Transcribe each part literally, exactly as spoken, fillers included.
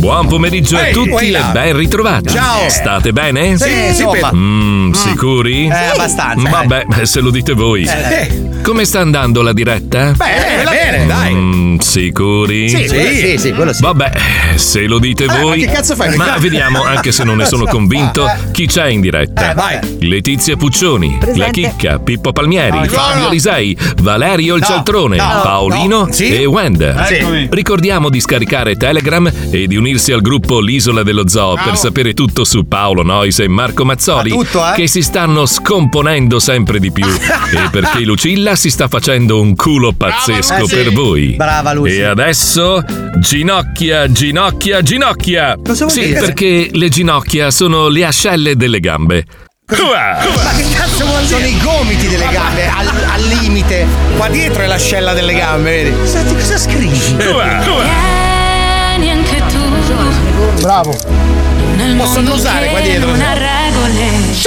Buon pomeriggio Ehi, a tutti e ben ritrovati. Ciao. State bene? Sì, sì, Pedro. Mm, sicuri? Eh, abbastanza. Vabbè, se lo dite voi. Eh. Come sta andando la diretta? Bene, bene, dai. Mm, sicuri? Sì, sì, sì, sì, quello sì. Vabbè, se lo dite Eh, voi. ma che cazzo fai? Ma vediamo, anche se non ne sono convinto, chi c'è in diretta. Eh, vai. Letizia Puccioni, Presente. La Chicca, Pippo Palmieri, No, Fabio no. Lisei, Valerio il No, Cialtrone, no, Paolino no. Sì? e Wender. Sì. Ricordiamo di scaricare Telegram e di unirsi al gruppo L'Isola dello Zoo per sapere tutto su Paolo Nois e Marco Mazzoli, Ma tutto, eh? che si stanno scomponendo sempre di più e perché Lucilla si sta facendo un culo pazzesco Eh, sì. per voi. Brava, Lucy. E adesso ginocchia, ginocchia, ginocchia. Cosa vuol Sì, dire? perché le ginocchia sono le ascelle delle gambe. Ma che cazzo vuol dire? Sono i gomiti delle gambe, al, al limite. Qua dietro è l'ascella delle gambe, vedi? Senti, cosa scrivi? Vieni anche tu. Bravo. Nel Posso mondo annusare qua che dietro, non se- ha regole.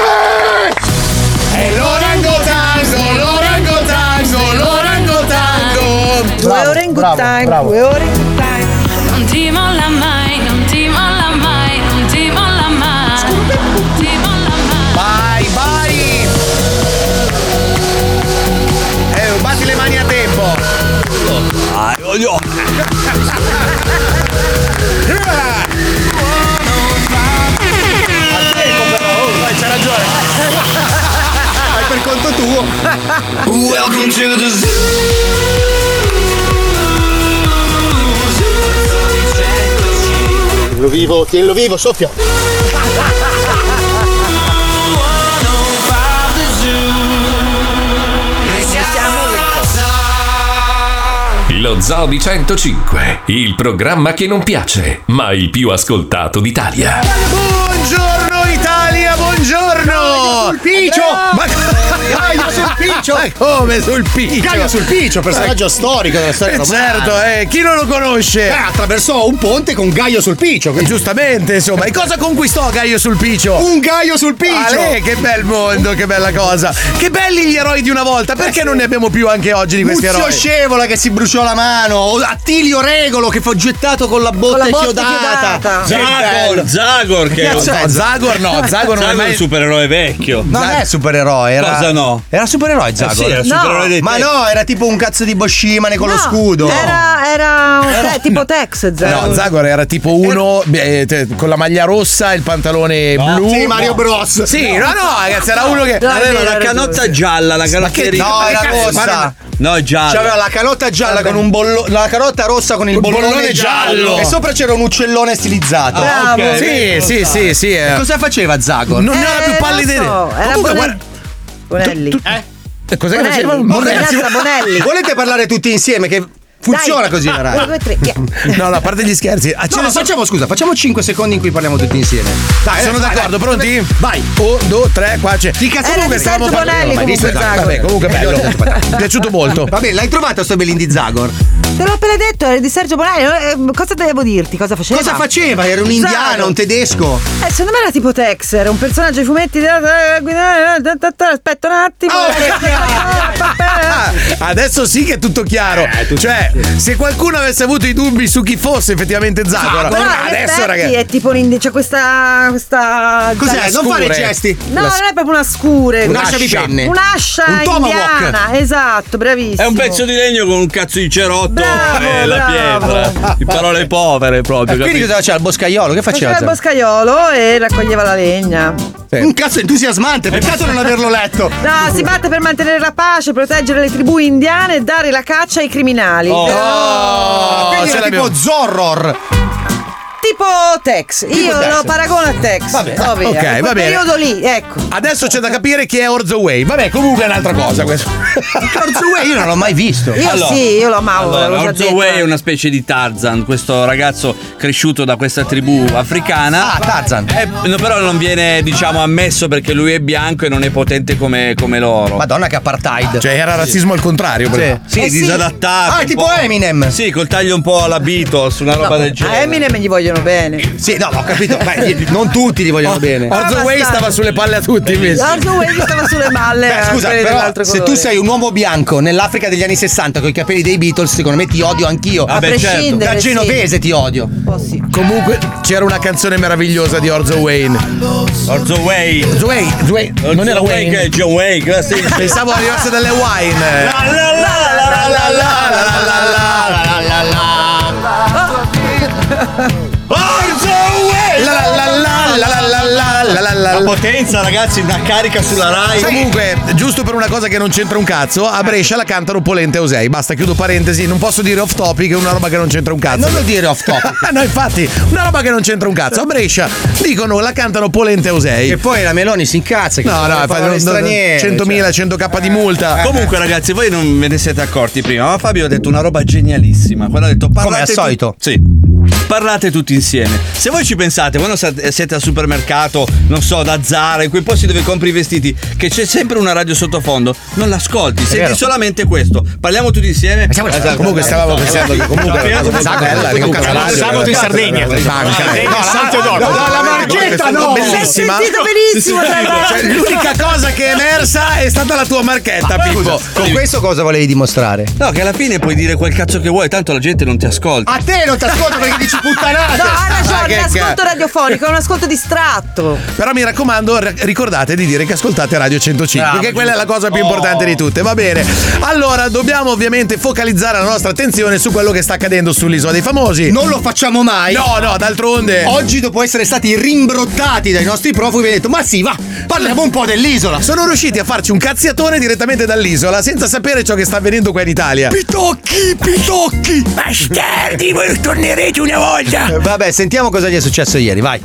È l'orangotango, l'orangotango, l'orangotango. Due ore in good time, due ore in good time. Non ti molla mai, non ti molla mai, non ti molla mai. Non ti molla mai. Vai, vai. Eh, batti le mani a tempo. Ai, voglio. A tempo però, oh, vai, c'ha ragione. Vai per conto tuo. Welcome to the zoo. Lo vivo, tienilo vivo, soffia. Lo Zoo di centocinque, il programma che non piace, ma il più ascoltato d'Italia. Buongiorno Italia, buongiorno! Sul piccio! Ma Gaio sul piccio! Ma come sul piccio? Gaio sul piccio, personaggio storico della storia Eh, romana. certo, eh, chi non lo conosce? Eh, attraversò un ponte con Gaio sul piccio. quindi- Giustamente, insomma. E cosa conquistò Gaio sul Piccio? Un Gaio sul piccio! Ale, che bel mondo, che bella cosa. Che belli gli eroi di una volta. Perché non ne abbiamo più anche oggi di questi Muzio eroi? Scevola che si bruciò la mano, o Attilio Regolo che fu gettato con la botte, Con la botte chiodata. chiodata. Che Zagor, bello. Zagor che è un, cazzo è? No, Zagor no, Zagor non è Zagor è mai... un supereroe vecchio. Non è supereroe, era. Cosa no? Era supereroe Eh Zagor. sì, era il No. supereroe dei Ma tempi. no, era tipo un cazzo di Boschimane con lo No, scudo. Era, era un te- tipo Tex, Zagor. No, Zagor era tipo uno eh, te- con la maglia rossa e il pantalone blu. Sì, Mario Bros. Sì, no, no, ragazzi, era uno che... No, Aveva è la vero, canotta è vero. gialla, la caratteristica. No, era cazzo, rossa. ma No, è gialla. C'aveva la canotta gialla con un bollo, la canotta rossa con il Un bollone, bollone giallo. giallo. E sopra c'era un uccellone stilizzato. Bravo. ok. Sì, sì, sì, sì. eh. Cosa faceva Zagor? Non ne ho la più Eh, pallida non idea. so, era Comunque, Bonelli. guarda- Bonelli. Eh, Cos'è che faceva? Bonelli. Bonelli. Ragazza Bonelli. Volete parlare tutti insieme che funziona Dai. così la Uno, radio? due, tre, via. No, no, a parte gli scherzi. Ah, ce No, ne sono- facciamo scusa, facciamo cinque secondi in cui parliamo tutti insieme. Dai, Sono vai, d'accordo, vai. pronti? Vai. Un, due, tre, qua c'è. Di cazzo Era comunque di stavamo Sergio parlando. Bonelli, Ma hai visto, comunque, dai, Zagor. Vabbè, comunque bello. Mi è piaciuto molto. Va bene, l'hai trovato sto belin di Zagor? Te l'ho appena detto, era di Sergio Bonelli. Eh, Cosa devo dirti? Cosa faceva? Cosa faceva? Era un indiano, Zagor. un tedesco. Eh, secondo me era tipo Tex, era un personaggio ai fumetti. Aspetta un attimo. Ah, adesso sì che è tutto chiaro. Cioè, se qualcuno avesse avuto i dubbi su chi fosse effettivamente Zagor, Però in adesso effetti ragazzi. è tipo un indi- c'è questa questa Cos'è? Non fare scure. gesti. No, non è proprio una scure. Un'ascia di penne. Un'ascia Un tomahawk. indiana, esatto, bravissimo. È un pezzo di legno con un cazzo di cerotto Bravo, e la bravo. pietra. Di parole povere proprio. Quindi capito? cosa faceva? Il boscaiolo? Che faceva? Faceva il boscaiolo e raccoglieva la legna. Un cazzo entusiasmante, peccato non averlo letto. No, si batte per mantenere la pace, proteggere le tribù indiane e dare la caccia ai criminali. Oh. Oh, Quindi ce era l'abbiamo. tipo Zorror. Tipo Tex. Io Tex. lo paragono a Tex. Vabbè, Ovvio, ok, in quel va bene. periodo lì, ecco. Adesso c'è da capire chi è Orzo Way. Vabbè, comunque è un'altra cosa questo. Orzo Way io non l'ho mai visto. Io Allora, sì, io lo amavo. Allora, l'ho già Orzo detto. Way è una specie di Tarzan, questo ragazzo cresciuto da questa tribù africana. Ah, Tarzan. Eh, no, però non viene, diciamo, ammesso perché lui è bianco e non è potente come, come loro. Madonna che apartheid. Cioè, era razzismo al contrario. per- Sì, Eh sì. disadattato. Ah, è un tipo po'. Eminem. Sì, col taglio un po' alla Beatles, una roba del A genere. Eminem gli vogliono bene. Sì, no, ho capito. Beh, non tutti gli vogliono bene. Orzo Way stava sulle palle a tutti invece. Orzo Way stava sulle balle. Beh, scusa, però se tu sei un uomo bianco nell'Africa degli anni sessanta con i capelli dei Beatles, secondo me ti odio anch'io. A prescindere, Da genovese sì. ti odio. Oh, sì. Comunque c'era una canzone meravigliosa di Orzo Wayne. Orzo Way. Orzo Way, Orzo Way. Non era Wayne. Che è John Way. Pensavo arrivasse dalle Wine. La la la la la la la la la. Orzo Way. La la la la la la la la la la. La potenza, ragazzi, una carica sulla Rai. Comunque, giusto per una cosa che non c'entra un cazzo, a Brescia la cantano Polente e Eusei. Basta, chiudo parentesi, non posso dire off topic, è una roba che non c'entra un cazzo. Non lo dire off topic. No, infatti, una roba che non c'entra un cazzo. A Brescia dicono la cantano Polente e Eusei. E poi la Meloni si incazza. Che No, no, infatti, straniere. centomila, cento k di multa. Comunque, ragazzi, voi non ve ne siete accorti prima, ma Fabio ha detto una roba genialissima. Quando ha detto parlate Come al tu- solito. Sì. Parlate tutti insieme. Se voi ci pensate, quando siete al supermercato, non so, da Zara, in quei posti dove compri i vestiti, che c'è sempre una radio sottofondo, non l'ascolti, senti vero. solamente questo. Parliamo tutti insieme. Esatto. Comunque stavamo pensando che comunque era una cosa bella, che comunque la radio Sabato in Sardegna. No, Santo d'Oro. la marchetta no. bellissima. Sentito benissimo. Cioè, l'unica cosa che è emersa è stata la tua marchetta, Pippo. Con questo cosa volevi dimostrare? No, che alla fine puoi dire quel cazzo che vuoi, tanto la gente non ti ascolta. A te non ti ascolto perché dici puttanate. No, ha Ah, ragione, che è ascolto ca- radiofonico, è un ascolto distratto. Però mi raccomando, r- ricordate di dire che ascoltate Radio centocinque, Bravo, che quella è la cosa più Oh. importante di tutte. Va bene. Allora, dobbiamo ovviamente focalizzare la nostra attenzione su quello che sta accadendo sull'Isola dei Famosi. Non lo facciamo mai. No, no, d'altronde. Oggi, dopo essere stati rimbrottati dai nostri profughi, abbiamo detto: ma sì, va, parliamo un po' dell'isola. Sono riusciti a farci un cazziatone direttamente dall'isola senza sapere ciò che sta avvenendo qua in Italia. Pitocchi, pitocchi. Bastardi, voi tornerete una volta. Eh, Vabbè, sentiamo cosa gli è successo ieri, vai.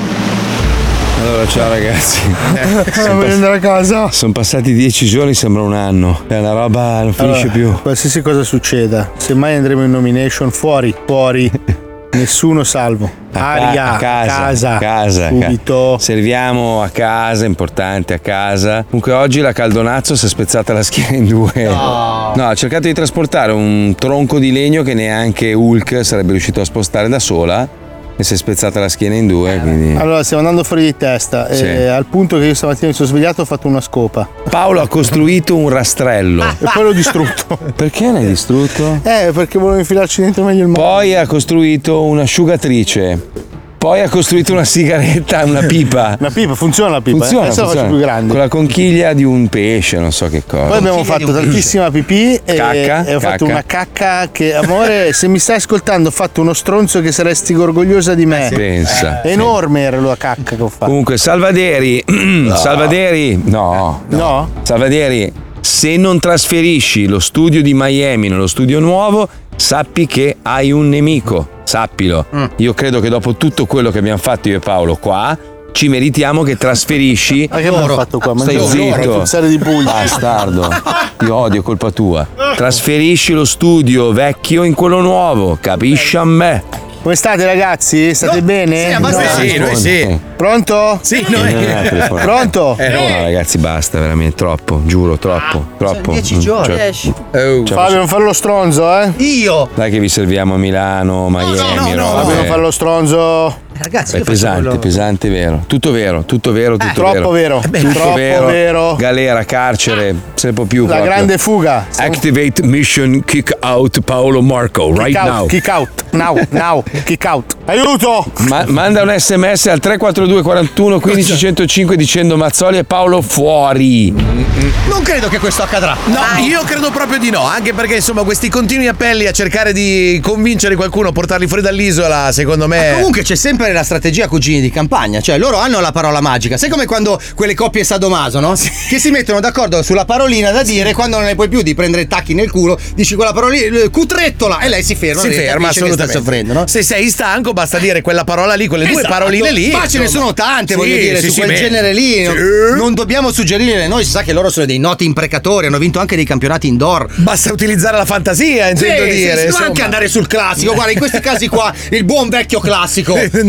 Allora, ciao ragazzi. Vuoi andare a casa? Sono passati dieci giorni, sembra un anno. È una roba, non finisce Allora, più. Qualsiasi cosa succeda, se mai andremo in nomination, fuori, fuori, nessuno salvo. A ca- Aria, a casa, casa, casa, subito. ca- Serviamo a casa, importante a casa. Comunque oggi la Caldonazzo si è spezzata la schiena in due. No. no, ha cercato di trasportare un tronco di legno che neanche Hulk sarebbe riuscito a spostare da sola. E si è spezzata la schiena in due, quindi. Allora, stiamo andando fuori di testa. Sì. E al punto che io stamattina mi sono svegliato, ho fatto una scopa. Paolo ha costruito un rastrello. E poi l'ho distrutto. Perché l'hai distrutto? Eh, perché volevo infilarci dentro meglio il mondo. Poi ha costruito un'asciugatrice. Poi ha costruito una sigaretta, una pipa. La pipa, funziona la pipa. Funziona, eh? Adesso la faccio funziona. più grande. Con la conchiglia di un pesce, non so che cosa. Poi abbiamo fatto tantissima pipì e, Cacca, e ho fatto cacca. una cacca che, amore, se mi stai ascoltando, ho fatto uno stronzo che saresti orgogliosa di me. Pensa. Enorme era la cacca che ho fatto. Comunque, Salvaderi. Salvaderi. No. No? Salvaderi, se non trasferisci lo studio di Miami nello studio nuovo, sappi che hai un nemico. Sappilo. Io credo che dopo tutto quello che abbiamo fatto io e Paolo qua, ci meritiamo che trasferisci. Ma che abbiamo fatto qua? Stai Mangiamo zitto. puzzare di puglia. Bastardo. Ti odio, è colpa tua. Trasferisci lo studio vecchio in quello nuovo, capisci a me? Come state ragazzi? State bene? Sì, abbastanza. Sì, noi sì. Pronto? Sì, noi. Pronto? Eh, no, ragazzi, basta, veramente, troppo, giuro, troppo, troppo. dieci giorni. Cioè, Esci. Oh. Fabio, non fare lo stronzo, eh? Io. dai che vi serviamo a Milano, Miami, no, no, robe. Fabio, non fare lo stronzo. Ragazzi, È io faccio pesante, quello- pesante, vero. Tutto vero, tutto vero, tutto Troppo vero. Tutto Troppo vero. vero. Galera, carcere, se ne può più. La proprio. grande fuga. Activate mission kick out Paolo Marco right Kick out, now. kick out. Now, now, kick out. Aiuto! Ma- manda un sms al tre quattro due quarantuno quindici centocinque dicendo Mazzoli e Paolo fuori. Non credo che questo accadrà. No, io credo proprio di no, anche perché insomma questi continui appelli a cercare di convincere qualcuno a portarli fuori dall'isola, secondo me. Comunque c'è sempre la strategia cugini di campagna, cioè loro hanno la parola magica. Sai come quando quelle coppie sadomaso, no? Che si mettono d'accordo sulla parolina da dire, quando non ne puoi più di prendere tacchi nel culo, dici quella parolina, eh, cutrettola, e lei si ferma. Si perché ferma capisce che sta assolutamente. soffrendo, no? Se sei stanco basta dire quella parola lì, quelle due Esatto. paroline lì. Ma ce ne insomma. sono tante, Sì, voglio dire, sì, su sì, quel beh. genere lì. Sì. Non dobbiamo suggerirle noi, si sa che loro sono dei noti imprecatori, hanno vinto anche dei campionati indoor. Basta utilizzare la fantasia, Sì, intendo sì, dire. sì, insomma. anche andare sul classico. Guarda, in questi casi qua il buon vecchio classico. No,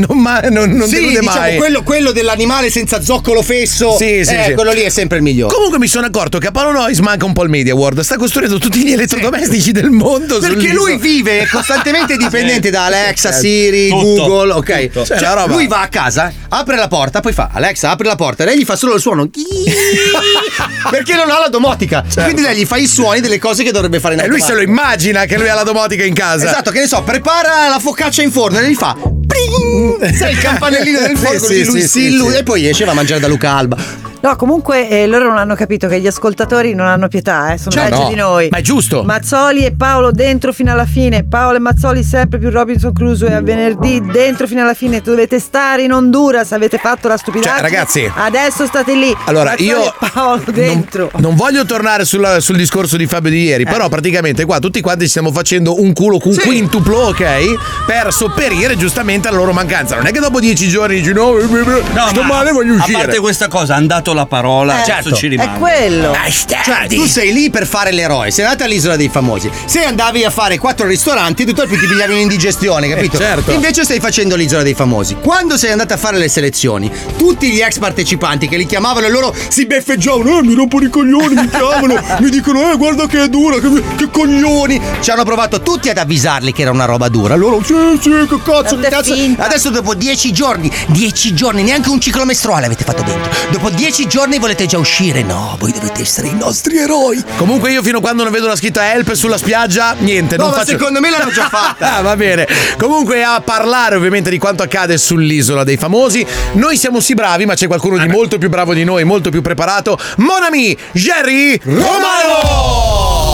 non, ma, non, non sì, delude diciamo mai. quello, quello dell'animale senza zoccolo fesso. Sì, sì, eh, sì. quello lì è sempre il migliore. Comunque mi sono accorto che a Paolo Noyes manca un po' il Media World. Sta costruendo tutti gli elettrodomestici del mondo. Perché sull'isola. lui vive costantemente dipendente da Alexa, Eh, Siri, tutto, Google, ok? tutto. Cioè, Cioè, la roba- lui va a casa, apre la porta, poi fa Alexa, apri la porta, e lei gli fa solo il suono. Perché non ha la domotica. Quindi lei gli fa i suoni delle cose che dovrebbe fare in E lui se lo immagina che lui ha la domotica in casa. Esatto, che ne so, prepara la focaccia in forno e gli fa pring! Sai il campanellino del forno, Sì, così sì, lui sì, si sì, illude sì. e poi esce va a mangiare da Luca Alba. No, comunque eh, loro non hanno capito che gli ascoltatori non hanno pietà, eh, sono Cioè, peggio no, di noi. ma è giusto. Mazzoli e Paolo dentro fino alla fine. Paolo e Mazzoli sempre più Robinson Crusoe, a venerdì dentro fino alla fine. Dovete stare in Honduras, avete fatto la stupidaggine. Cioè, ragazzi, adesso state lì. Allora, Mazzoli io e Paolo dentro. Non, non voglio tornare sulla- sul discorso di Fabio di ieri, Eh. però praticamente qua tutti quanti ci stiamo facendo un culo un quintuplo, ok? Per sopperire giustamente alla loro mancanza. Non è che dopo dieci giorni dici no, eh, eh, No, sto ma male, voglio a uscire. parte questa cosa, hanno dato la parola, Eh, adesso ci È rimane. quello. Cioè, tu sei lì per fare l'eroe, sei andato all'isola dei famosi. Se andavi a fare quattro ristoranti, tu più ti pigliavi un'indigestione, capito? Eh, certo. Invece stai facendo l'isola dei famosi. Quando sei andato a fare le selezioni, tutti gli ex partecipanti che li chiamavano e loro si beffeggiavano, eh, mi rompono i coglioni, mi chiamano, mi dicono, eh, guarda che è dura, che, che coglioni. Ci hanno provato tutti ad avvisarli che era una roba dura. Loro, sì, sì, che cazzo, che Tanto è cazzo. finta. Adesso dopo dieci giorni, dieci giorni, neanche un ciclo mestruale avete fatto dentro. Dopo dieci giorni volete già uscire? No, voi dovete essere i nostri eroi. Comunque io fino a quando non vedo la scritta help sulla spiaggia, niente, No, non ma faccio... secondo me l'hanno già fatta. Ah, va bene. Comunque a parlare ovviamente di quanto accade sull'isola dei famosi. Noi siamo sì bravi, ma c'è qualcuno di molto più bravo di noi, molto più preparato. Mon ami, Jerry Romano!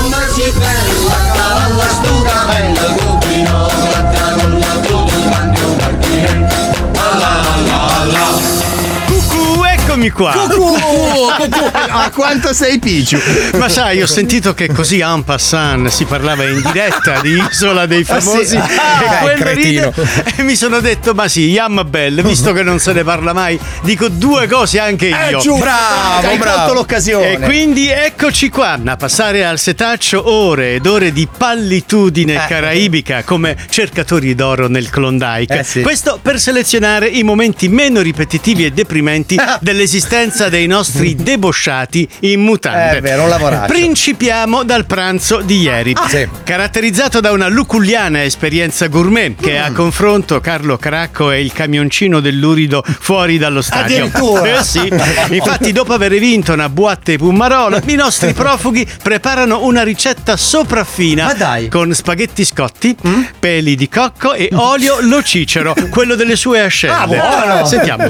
Cucù, eccomi qua. Ah, quanto sei picciu. Ma sai, ho sentito che così en passant si parlava in diretta di Isola dei Famosi Ah, sì. e Ah, quello cretino. ride, e mi sono detto, ma sì, Yam Bell, visto che non se ne parla mai, dico due cose anche io. Eh, giù, Bravo, hai bravo. colto l'occasione. E quindi eccoci qua a passare al setaccio ore ed ore di pallitudine caraibica come cercatori d'oro nel Klondike. Eh, sì. Questo per selezionare i momenti meno ripetitivi e deprimenti dell'esistenza dei nostri debosciati in mutande. Eh, vero, un lavoraccio. Principiamo dal pranzo di ieri, Sì. caratterizzato da una luculliana esperienza gourmet che Mm. a confronto Carlo Cracco e il camioncino dell'Urido fuori dallo stadio. Addirittura? Eh sì. Infatti, dopo aver vinto una boatte Pummarola, i nostri profughi preparano una ricetta sopraffina Ma dai. con spaghetti scotti, peli di cocco e olio locicero, quello delle sue ascelle. Ah, buono. Sentiamo.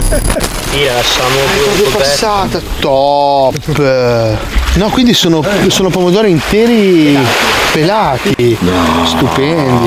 Passata top. No, quindi sono, sono pomodori interi pelati. Stupendi.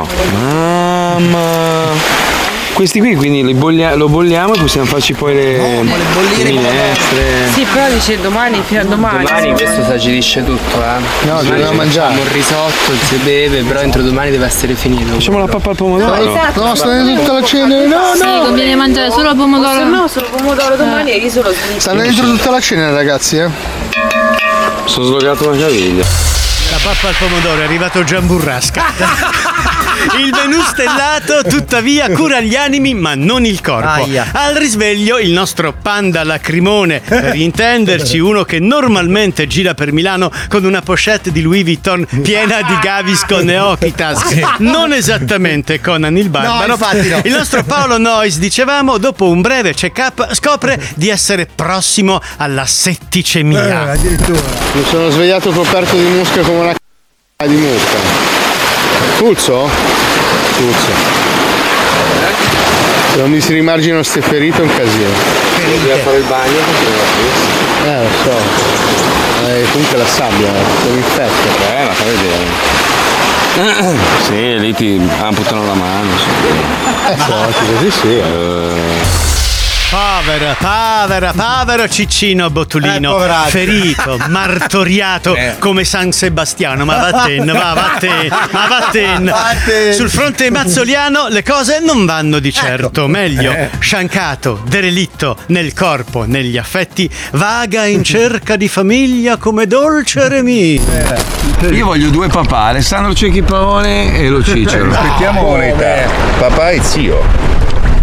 Mamma. Questi qui quindi li bollia- lo bolliamo e possiamo farci poi le, vuole bollire le i minestre. Sì, però dice domani fino a domani. Domani questo si agilisce tutto, eh. No, Domani dobbiamo ci mangiare. facciamo un risotto, si beve, però entro domani deve essere finito. Facciamo la pappa al pomodoro. No, sta dentro tutta la cena. No, Sì, no. conviene mangiare solo pomodoro. No, solo pomodoro domani e riso lo sviluppo. Stanno dentro tutta la cena, ragazzi, eh. Sono slogato una caviglia. La pappa al pomodoro è arrivato Gian Burrasca. Il menù stellato tuttavia cura gli animi ma non il corpo. Aia. Al risveglio il nostro panda lacrimone, per intenderci uno che normalmente gira per Milano con una pochette di Louis Vuitton piena di Gaviscon e Okitas. Non esattamente Conan il Barbaro. No, infatti no. Il nostro Paolo Noyes, dicevamo, dopo un breve check-up scopre di essere prossimo alla setticemia. Mi sono svegliato coperto di musca come una c***a di mucca. Puzzo? Puzzo. Se non mi si rimarginano ste ferite è un casino. Bisogna fare il bagno. Eh, lo so. Eh, comunque la sabbia, sono infetta. Eh, la fa vedere. Sì, lì ti amputano la mano. Eh, so, così sì. Povero, povero, povero Ciccino Bottulino, Eh, poveraccio. ferito, martoriato come San Sebastiano. Ma vatten, va, vatten, ma vatten. Vatten. Sul fronte mazzoliano le cose non vanno di certo. Meglio, sciancato, derelitto nel corpo, negli affetti, vaga in cerca di famiglia come dolce Remì. Io voglio due papà, Alessandro Cecchi Paone e lo Cicero. Aspettiamo un'età. Papà e zio.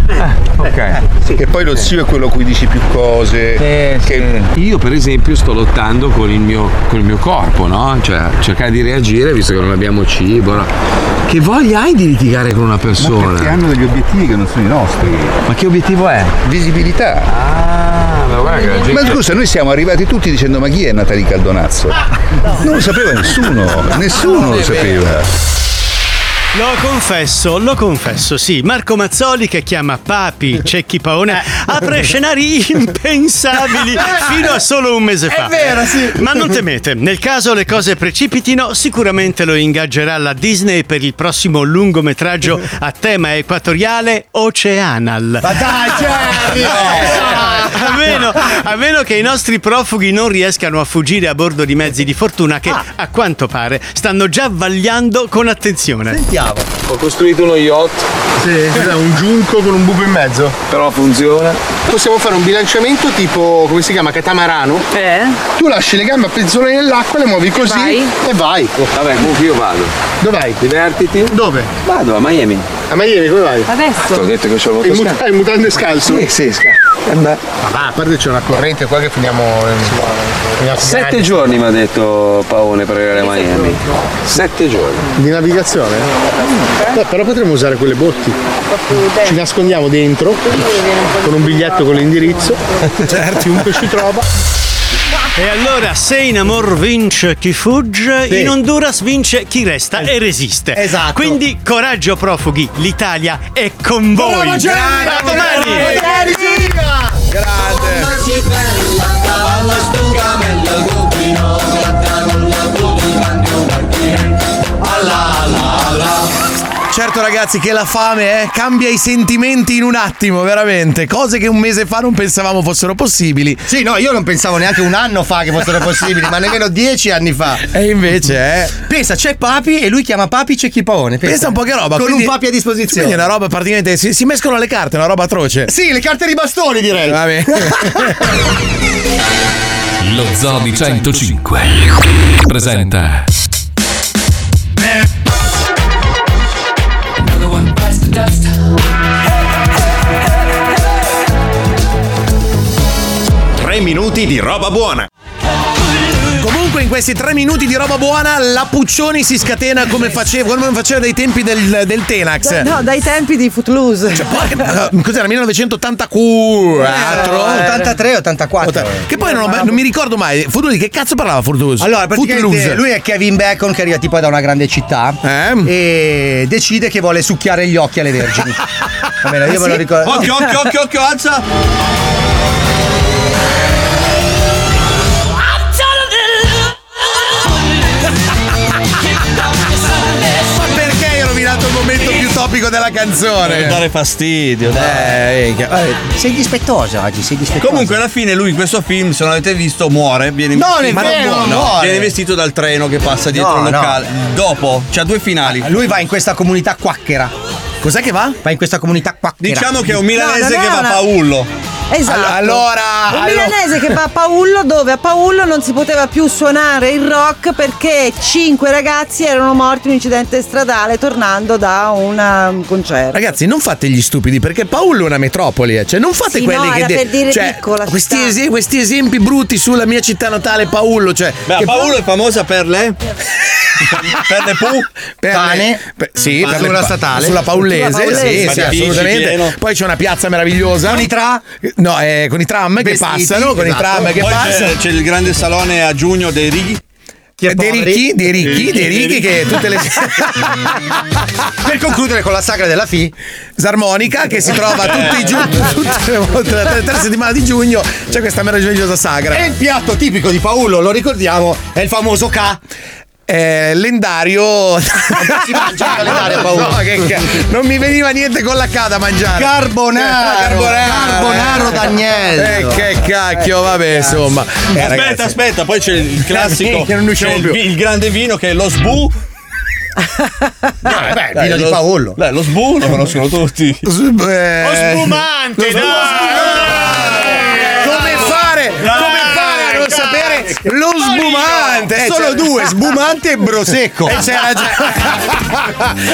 Ok. E poi lo zio è quello a cui dici più cose. Eh, che... sì. Io per esempio sto lottando con il mio, con il mio corpo, no? Cioè cercare di reagire visto che non abbiamo cibo, no? Che voglia hai di litigare con una persona? Ma perché hanno degli obiettivi che non sono i nostri. Ma che obiettivo è? Visibilità. Ah, ma guarda che la gente... Ma scusa, noi siamo arrivati tutti dicendo ma chi è Natalie Caldonazzo? Non lo sapeva nessuno, nessuno lo sapeva. Lo confesso, lo confesso, sì. Marco Mazzoli, che chiama Papi Cecchi Paone, apre scenari impensabili fino a solo un mese fa. È vero, sì. Ma non temete, nel caso le cose precipitino, sicuramente lo ingaggerà la Disney per il prossimo lungometraggio a tema equatoriale Oceanal. Ma dai, Jerry! A meno, a meno che i nostri profughi non riescano a fuggire a bordo di mezzi di fortuna che, a quanto pare, stanno già vagliando con attenzione. Sentiamo. Ho costruito uno yacht. Sì, un giunco con un buco in mezzo. Però funziona. Possiamo fare un bilanciamento tipo, come si chiama, catamarano? Eh? Tu lasci le gambe a penzolare nell'acqua, le muovi così Vai. e vai. Vabbè, comunque io vado. Dove vai? Divertiti. Dove? Vado a Miami. A Miami, come vai? Ti ho Adesso? detto che c'ho il In, motoscafo. mut- in mutande scalzo? Sì, sì, sca- eh beh. Ma va, a parte c'è una corrente qua che finiamo in Sette giorni mi ha detto Paone per arrivare a Miami. Sette giorni. di navigazione? Beh, però potremmo usare quelle botti. Ci nascondiamo dentro con un biglietto con l'indirizzo. Certo, chiunque ci trova. E allora, se in amor vince chi fugge, Sì. in Honduras vince chi resta e resiste. Esatto. Quindi, coraggio profughi, l'Italia è con voi. Brava, Jerry! A domani! Certo ragazzi che la fame eh, cambia i sentimenti in un attimo, veramente. Cose che un mese fa non pensavamo fossero possibili. Sì, no, io non pensavo neanche un anno fa che fossero possibili, ma nemmeno dieci anni fa. E invece, eh. Pensa, c'è Papi e lui chiama Papi Cecchi Paone. Pensa, Pensa un po' che roba. Con quindi- un Papi a disposizione. Quindi è una roba praticamente. Si, si mescolano le carte, è una roba atroce. Sì, le carte di bastoni direi. Va bene. Lo Zoo di centocinque presenta Tre minuti di roba buona. Comunque in questi tre minuti di roba buona la Puccioni si scatena come faceva, come faceva dai tempi del, del Tenax. No, dai tempi di Footloose. Cioè, poi, cos'era? millenovecentottantaquattro? ottantatré ottantaquattro. Che poi non, ho- non mi ricordo mai. Footloose, di che cazzo parlava Footloose? Allora, praticamente Footloose. lui è Kevin Bacon che arriva tipo da una grande città e decide che vuole succhiare gli occhi alle vergini. Va bene, io me lo ricordo. Occhio, occhio, occhio, occhio, alza. Ma perché hai rovinato il momento più topico della canzone? Per dare fastidio, dai. Eh, eh, sei dispettoso oggi, sei dispettoso. Comunque alla fine lui in questo film, se non l'avete visto, muore. Viene Non è ma vero, muore. non muore. Viene vestito dal treno che passa dietro No, il no. locale. Dopo, c'ha due finali. Lui va in questa comunità quacchera. Cos'è che va? Va in questa comunità quacchera. Diciamo che è un milanese No, non che è va una- a Paullo. Esatto. Allora, Un allora- milanese che va a Paullo, dove a Paullo non si poteva più suonare il rock perché cinque ragazzi erano morti in un incidente stradale tornando da una- un concerto. Ragazzi, non fate gli stupidi perché Paolo è una metropoli, eh. Cioè non fate Sì, quelli no, che era de- per dire cioè, piccola questi, città. ese- questi esempi brutti sulla mia città natale Paolo, cioè Beh, che Paullo è famosa per le per le pu per Pane. le- per- sì, Ma per sulla le- statale. sulla Paulese, Sulla Paulese. sì, sì, Spaghettici, assolutamente. pieno. Poi c'è una piazza meravigliosa Con i tra? No, eh, con i tram che Vestiti, passano, con i esatto. tram che Poi passano. c'è, c'è il grande salone a giugno dei righi. Eh, dei ricchi, dei ricchi, dei ricchi che tutte le Per concludere con la sagra della Fi, Sarmonica che si trova tutti i giorni, tutte le volte, la tre, tre settimane di giugno c'è questa meravigliosa sagra. e il piatto tipico di Paolo, lo ricordiamo, è il famoso K. Eh, lendario. Si mangia il calendario, Paolo. No, che ca- non mi veniva niente con la K da mangiare. Carbonaro, Carbonaro, Carbonaro eh. d'Agnello. Eh, che cacchio, vabbè, insomma. Eh, aspetta, ragazzi. aspetta, poi c'è il classico. Che non usciamo c'è il, più. vi- il grande vino che è lo sbu. Beh, Dai, vino di lo- Paolo. Beh, lo sbu lo conoscono tutti. Eh, Lo spumante, lo dai! Come fare? Come fare a non sapere Lo sbumante! Eh, solo due, sbumante e brosecco. E c'è ragione.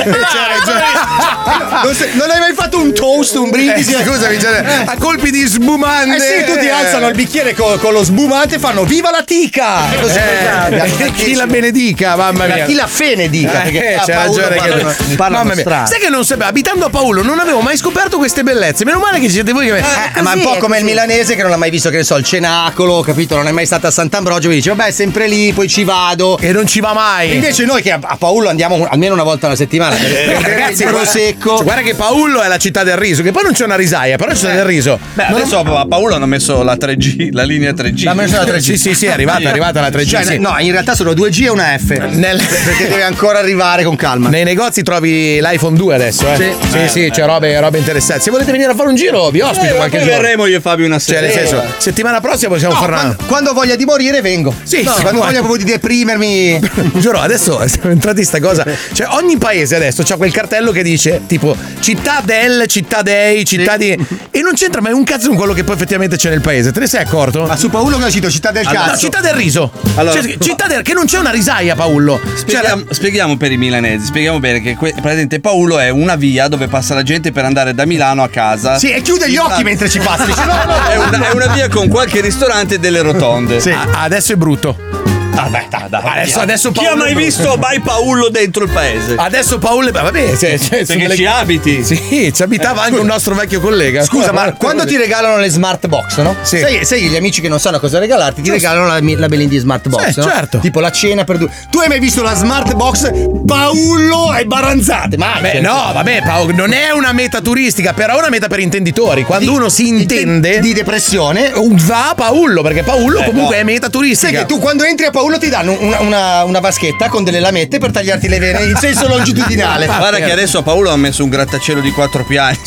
Non, se- non hai mai fatto un toast, un brindisi? Eh, scusami, cioè, a colpi di sbumante. Eh sì, tutti alzano il bicchiere co- con lo sbumante e fanno viva la tica! Così, Eh, chi la benedica, mamma mia. Chi la fenedica? Perché Eh, a c'è Paolo ragione parlano- che parlano mamma mia. strano. Sai che non sapevo, abitando a Paolo non avevo mai scoperto queste bellezze. Meno male che ci siete voi che Eh, ma è un po' come il milanese che non ha mai visto, che ne so, il cenacolo, capito? Non è mai stata a Sant'Ambrogio, mi dice vabbè è sempre lì, poi ci vado. E non ci va mai. Invece noi che a, a Paolo andiamo un- almeno una volta alla settimana per per bere Ragazzi, il guarda, prosecco. guarda che Paolo è la città del riso, che poi non c'è una risaia, però c'è del riso. Beh, adesso a Paolo hanno messo la tre G, la linea tre G. L'ha messo la tre G. Sì, sì, sì, è arrivata, è arrivata la tre G. Cioè, sì. no, in realtà sono due G e una F. Nel- Perché deve ancora arrivare con calma. Nei negozi trovi l'iPhone due adesso, eh? Sì. sì, Eh, sì, c'è robe, robe interessanti. Se volete venire a fare un giro, vi ospito Eh, qualche poi giorno. verremo io e Fabio una Cioè, sera. nel senso, settimana prossima possiamo No, fare una. quando, quando ho voglia di morire vengo. Sì, No, sì, quando guarda. voglio proprio di deprimermi. Giuro, adesso siamo entrati in sta cosa. Cioè, ogni paese adesso c'ha quel cartello che dice tipo città del, città dei, città di. E non c'entra mai un cazzo con quello che poi effettivamente c'è nel paese. Te ne sei accorto? Ma su Paolo che ho citato città del Allora, cazzo. no, città del riso. Allora- Cioè, città del. Che non c'è una risaia, Paolo. Spieghiamo, spieghiamo per i milanesi, spieghiamo bene che que- praticamente Paolo è una via dove passa la gente per andare da Milano a casa. Sì, e chiude gli occhi mentre ci passa. Dice, no, no, È una, è una via con qualche ristorante e delle rotonde. Sì. Ah, adesso è brutto. Vabbè, dai, dai. Adesso, adesso Chi ha Paolo mai è brutto. visto By Paolo dentro il paese? Adesso Paolo. Vabbè, cioè, cioè, Perché sulle- ci abiti. Sì, ci abitava anche un nostro vecchio collega. Scusa, ma quando ti regalano le smart box, no? Sì. Sai, sai gli amici che non sanno cosa regalarti, ti regalano la, la Belindi smart box, Sì, no? certo. Tipo la cena per due. Tu hai mai visto la smart box Paolo e Baranzate? Mai. Beh, no, vabbè, Paolo, non è una meta turistica, però è una meta per intenditori. Quando Di- uno si intende di depressione, va a Paolo, perché Paolo Eh, comunque no. è meta turistica. sai che tu quando entri a Paolo ti danno una, una, una vaschetta con delle lamette per tagliarti le vene in senso longitudinale. Guarda che adesso a Paolo hanno messo un grattacielo di quattro piani.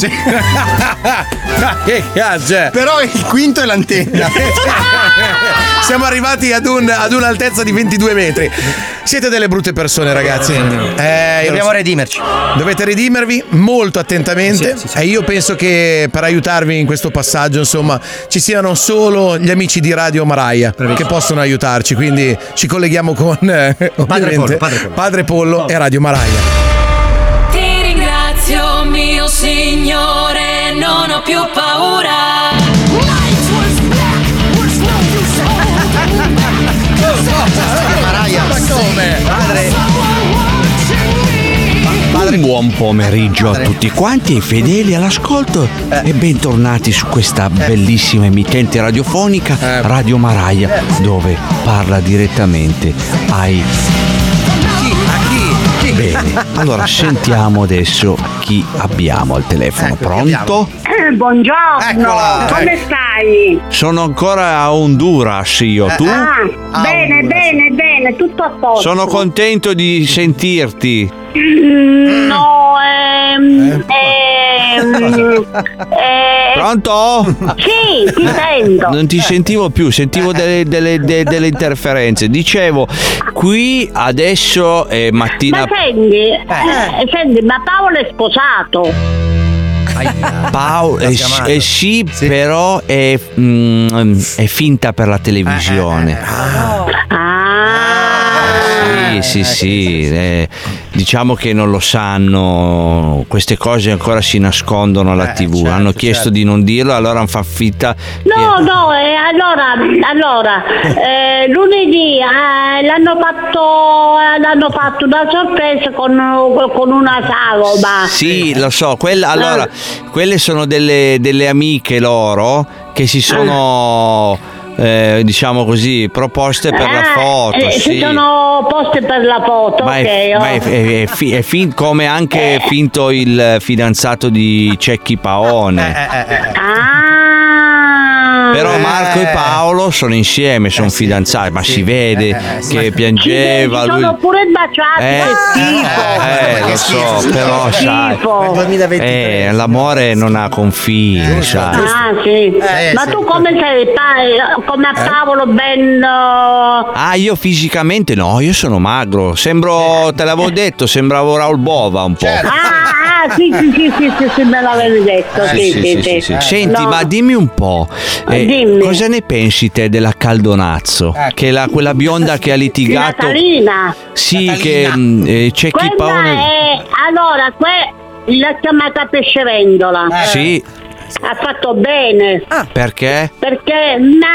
Che cazzo è? Però il quinto è l'antenna. Siamo arrivati ad, un- ad un'altezza di ventidue metri. Siete delle brutte persone, ragazzi. Eh, io Dobbiamo lo so. redimerci. Dovete redimervi molto attentamente. E io penso che per aiutarvi in questo passaggio, insomma, ci siano solo gli amici di Radio Maraia che possono aiutarci. Quindi ci colleghiamo con eh, ovviamente, Pollo, Padre Pollo. Padre Pollo e Radio Maraia. Ti ringrazio, mio Signore, non ho più paura. Maraia. Ma come? Un buon pomeriggio a tutti quanti e fedeli all'ascolto e bentornati su questa bellissima emittente radiofonica Radio Maraia, dove parla direttamente ai... Bene, allora sentiamo adesso chi abbiamo al telefono. Pronto? Eh, buongiorno, Eccola. come stai? Sono ancora a Honduras io, tu? Ah, bene, bene, bene, tutto a posto. Sono contento di sentirti. Mm, no, ehm, ehm, eh, Pronto? sì, ti sento. Non ti sentivo più, sentivo delle, delle- de- delle interferenze. Dicevo, qui adesso è mattina. Ma senti, eh, senti, ma Paolo è sposato. Paolo, eh, sì- eh sì, però è, mm, è finta per la televisione. Sì, sì, sì. eh, diciamo che non lo sanno, queste cose ancora si nascondono alla tivù. Hanno chiesto di non dirlo, allora fanno finta. No, no, eh, allora, allora eh, lunedì eh, l'hanno fatto eh, l'hanno fatto una sorpresa con, con una sagoma. Sì, lo so, quella, allora, quelle sono delle, delle amiche loro che si sono, eh, diciamo così, proposte per la foto. Eh, sì. si sono poste per la foto, Ma ok. è, oh. ma è- è- è fi- è fin- come anche è finto il fidanzato di Cecchi Paone. Però Marco e Paolo sono insieme, sono fidanzati, ma si vede che piangeva. Si lui- sono pure baciati, Eh, che schifo. Eh, lo so, però sai, schifo. eh, l'amore non ha confini, sai. Ah, sì. Ma tu come sei? Pa- come a Paolo ben uh, Ah, io fisicamente no, io sono magro, sembro, te l'avevo detto, sembravo Raul Bova un po'. Ah, Ah, sì, sì, sì, sì, sì, sì, me l'avevi detto. Eh, sì, sì, sì, sì, sì. sì, sì. Senti, No. ma dimmi un po', eh, Dimmi. cosa ne pensi te della Caldonazzo? Che è la, quella bionda che ha litigato. Natalina. Sì, che mh, eh, c'è chi Quella paone. è, allora, que- l'ha chiamata pescevendola. Sì, Ha fatto bene. perché? Perché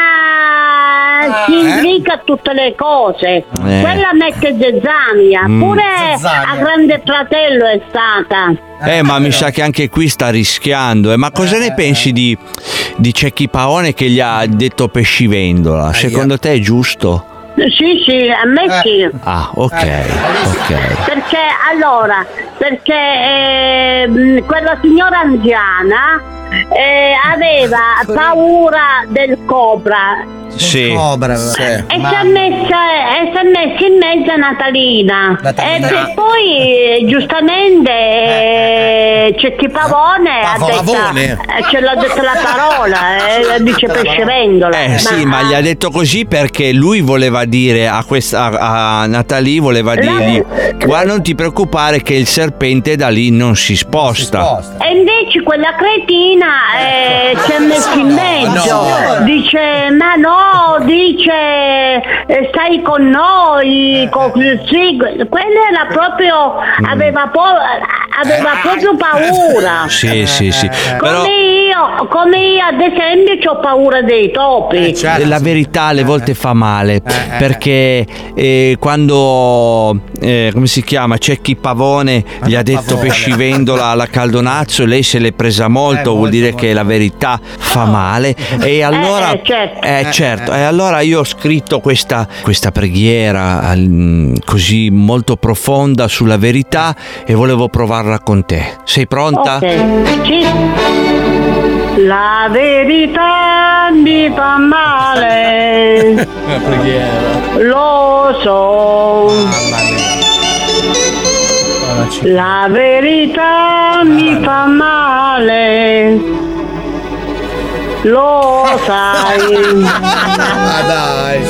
ma si implica tutte le cose. Eh. Quella mette Zezzania. Mm. Pure Zezzania. a Grande Fratello è stata. Eh, ma mi sa che anche qui sta rischiando. Eh. Ma cosa ne pensi di, di Cecchi Paone che gli ha detto pescivendola? Secondo te è giusto? Sì, sì, a me sì. Ah, ok, ok. Perché allora, perché ehm, quella signora anziana eh, aveva paura del cobra. Sì. Cobra, E si è messa, e si è messa in mezzo a Natalina. Natalina. E, e poi eh, giustamente eh, c'è chi Pavone ha detto, Pavone. eh, ce l'ha detta la parola, eh, dice pescevendola. Eh sì, ma gli ha detto così perché lui voleva dire a questa a, a Natalie voleva dirgli guarda, non ti preoccupare che il serpente da lì non si sposta. E invece quella cretina eh, ci ha messo in mezzo. Dice, ma no, dice, eh, stai con noi. Con, sì, quella era proprio, aveva, po- aveva proprio paura. Sì, sì, sì. Però Come io, come io ad esempio ho paura dei topi. la verità alle volte fa male perché eh, quando eh, come si chiama Cecchi Pavone gli ha detto pescivendola alla Caldonazzo, lei se l'è presa molto, vuol dire che la verità fa male e allora Eh, eh, certo. eh, certo, e allora io ho scritto questa, questa preghiera al- così molto profonda sulla verità e volevo provarla con te. Sei pronta? Ok, sì. La verità mi fa male, lo so. La verità mi fa male, lo sai. Ah, dai.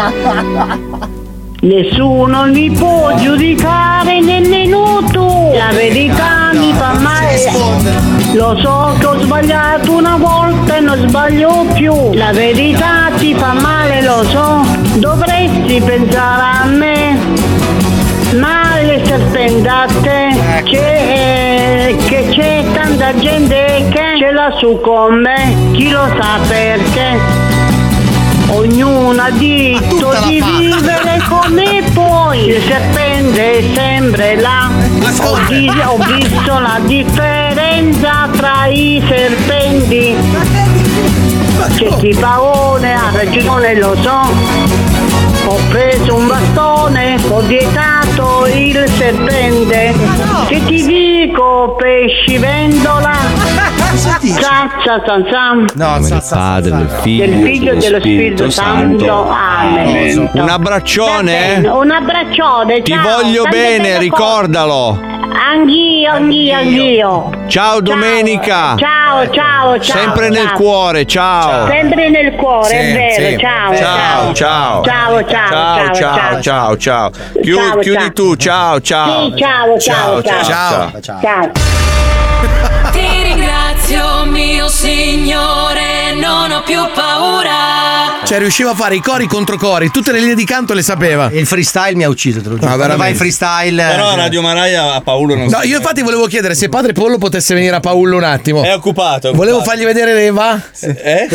Nessuno mi può giudicare nemmeno tu. La verità mi fa male. Lo so che ho sbagliato una volta e non sbaglio più. La verità ti fa male, lo so. Dovresti pensare a me. Ma le serpentate che, che c'è tanta gente che ce l'ha su con me. Chi lo sa perché? Ognuno ha diritto di vivere come puoi. Il serpente è sempre là. Ho, di- ho visto la differenza tra i serpenti. C'è chi Paone ha ragione, lo so. Ho preso un bastone, ho vietato il serpente. Se ti dico pescivendola, caccia san san. No, del Padre, del Figlio, Del Figlio e dello Spirito Santo. Amen. Un abbraccione, eh? Un abbraccione. Ti ciao, voglio tante bene, belle ricordalo. cose. Anch'io, anch'io, anch'io. Ciao Domenica. Ciao, ciao, ciao. Sempre nel ciao. cuore, ciao. Sempre nel cuore, Sì, è vero. sì. Ciao, Ciao, ciao. Ciao, ciao, Ciao, ciao, ciao, ciao. Chiu- Ciao, Chiudi ciao. tu, ciao, ciao. Sì, ciao, ciao, ciao. ciao. Ciao. Ti ringrazio, mio Signore, non ho più paura. Cioè, riusciva a fare i cori contro cori, tutte le linee di canto le sapeva. Il freestyle mi ha ucciso, te lo giuro. No, Quando vai in veramente. freestyle. Però a eh, Radio Maraia a Paolo non No, si- io infatti volevo chiedere se Padre Pollo potesse venire a Paolo un attimo. È occupato. è Volevo occupato. fargli vedere Reva. Eh?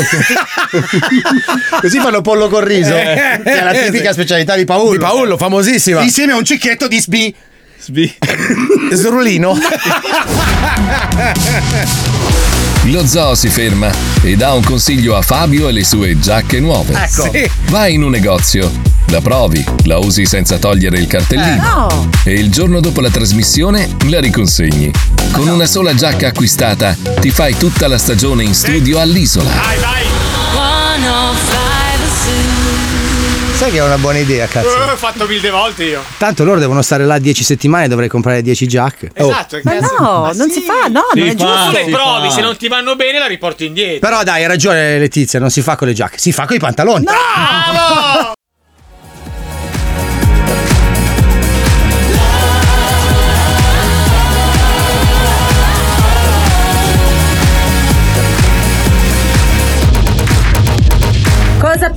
Così fanno pollo con riso. Eh. Che è la tipica Sì. specialità di Paolo. Di Paolo, famosissima. Insieme a un cicchetto di sbi. Sbi. Srulino. Lo zoo si ferma e dà un consiglio a Fabio e le sue giacche nuove. Ecco. Sì. Vai in un negozio, la provi, la usi senza togliere il cartellino No! e il giorno dopo la trasmissione la riconsegni. Con una sola giacca acquistata ti fai tutta la stagione in studio all'Isola. Sai che è una buona idea, cazzo. Ho fatto mille volte io. Tanto loro devono stare là dieci settimane, dovrei comprare dieci giacche. Oh. Esatto. Ma cazzo. no, non si fa, no, Si non è fa. giusto. Tu le si provi, fa. se non ti vanno bene la riporti indietro. Però dai, hai ragione Letizia, non si fa con le giacche, si fa con i pantaloni. Bravo!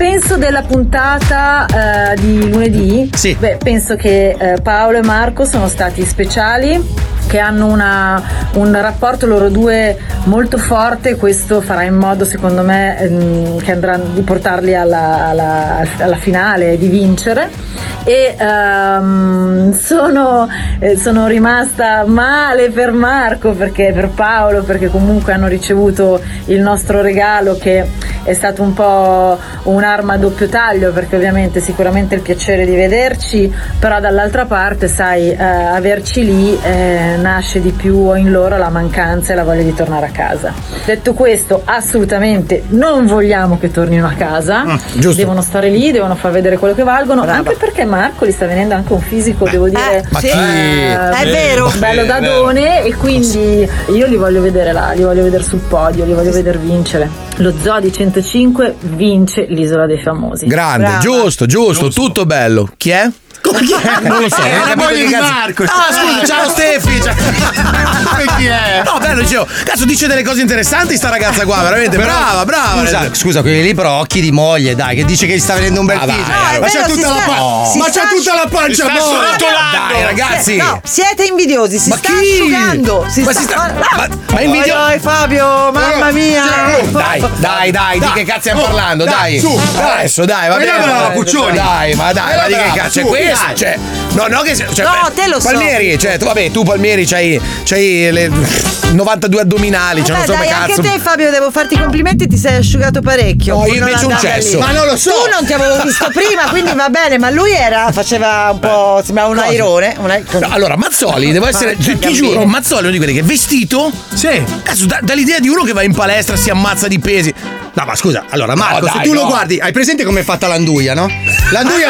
penso della puntata eh, di lunedì? Sì. Beh, penso che eh, Paolo e Marco sono stati speciali, che hanno una, un rapporto loro due molto forte. Questo farà in modo, secondo me, ehm, che andrà di portarli alla, alla, alla finale, di vincere. E ehm, sono, eh, sono rimasta male per Marco, perché per Paolo, perché comunque hanno ricevuto il nostro regalo, che è stato un po' un'arma a doppio taglio, perché ovviamente sicuramente il piacere di vederci, però dall'altra parte, sai, eh, averci lì eh, nasce di più in loro la mancanza e la voglia di tornare a casa. Detto questo, assolutamente non vogliamo che tornino a casa, Ah, giusto. devono stare lì, devono far vedere quello che valgono. Brava. Anche perché Marco gli sta venendo anche un fisico, devo dire, ma chi? eh, È vero. bello da done, e quindi io li voglio vedere là, li voglio vedere sul podio, li voglio vedere vincere. Lo Zoo di centocinque vince l'Isola dei Famosi. Grande, Brava. giusto, giusto, tutto bello. Chi è? Non lo so. È la moglie di Marco. Ah, scusa, ciao Stefi. Ciao. Chi è? No, bello, dicevo, cazzo, dice delle cose interessanti sta ragazza qua, veramente. Però, brava, brava. Scusa, scusa, quelli lì però occhi di moglie, dai, che dice che gli sta venendo un bel Ah, vai, figlio. ah, è Ma c'è vero, tutta si la sta- pancia. si Ma c'è sta- tutta la pancia si sta mole. srotolando. Dai, ragazzi. No, siete invidiosi, si Ma sta chi? asciugando. Si Ma sta... si sta- Ah, ma- ma è invidio- Oi, oi, Fabio, mamma mia. Dai, dai, dai, di che cazzo stiamo oh, parlando? dai, Dai, su, dai. adesso, dai, va Vogliamo bene. la Puccioni? Dai, ma dai, ma di che Brava, cazzo è su, questo? dai. Cioè, no, no, che cioè, No, beh, te lo so. Palmieri, cioè, tu, vabbè, tu Palmieri c'hai, c'hai le novantadue addominali, cioè, non Vabbè, so dai, come anche cazzo. te, Fabio, devo farti i complimenti, ti sei asciugato parecchio. No, Pur io non invece un andare cesso. lì. Ma non lo so. Tu non ti avevo visto prima, quindi va bene, ma lui era, faceva un po', sembrava un airone. Un air- No, allora, Mazzoli, devo essere. Pancia, Ti, ti gambini. giuro, Mazzoli è uno di quelli che vestito. Sì. Cazzo, dà, dà l'idea di uno che va in palestra, si ammazza di pesi. No, ma scusa, allora Marco, No, se dai, tu no. lo guardi, hai presente come è fatta l'anduia, no? L'anduia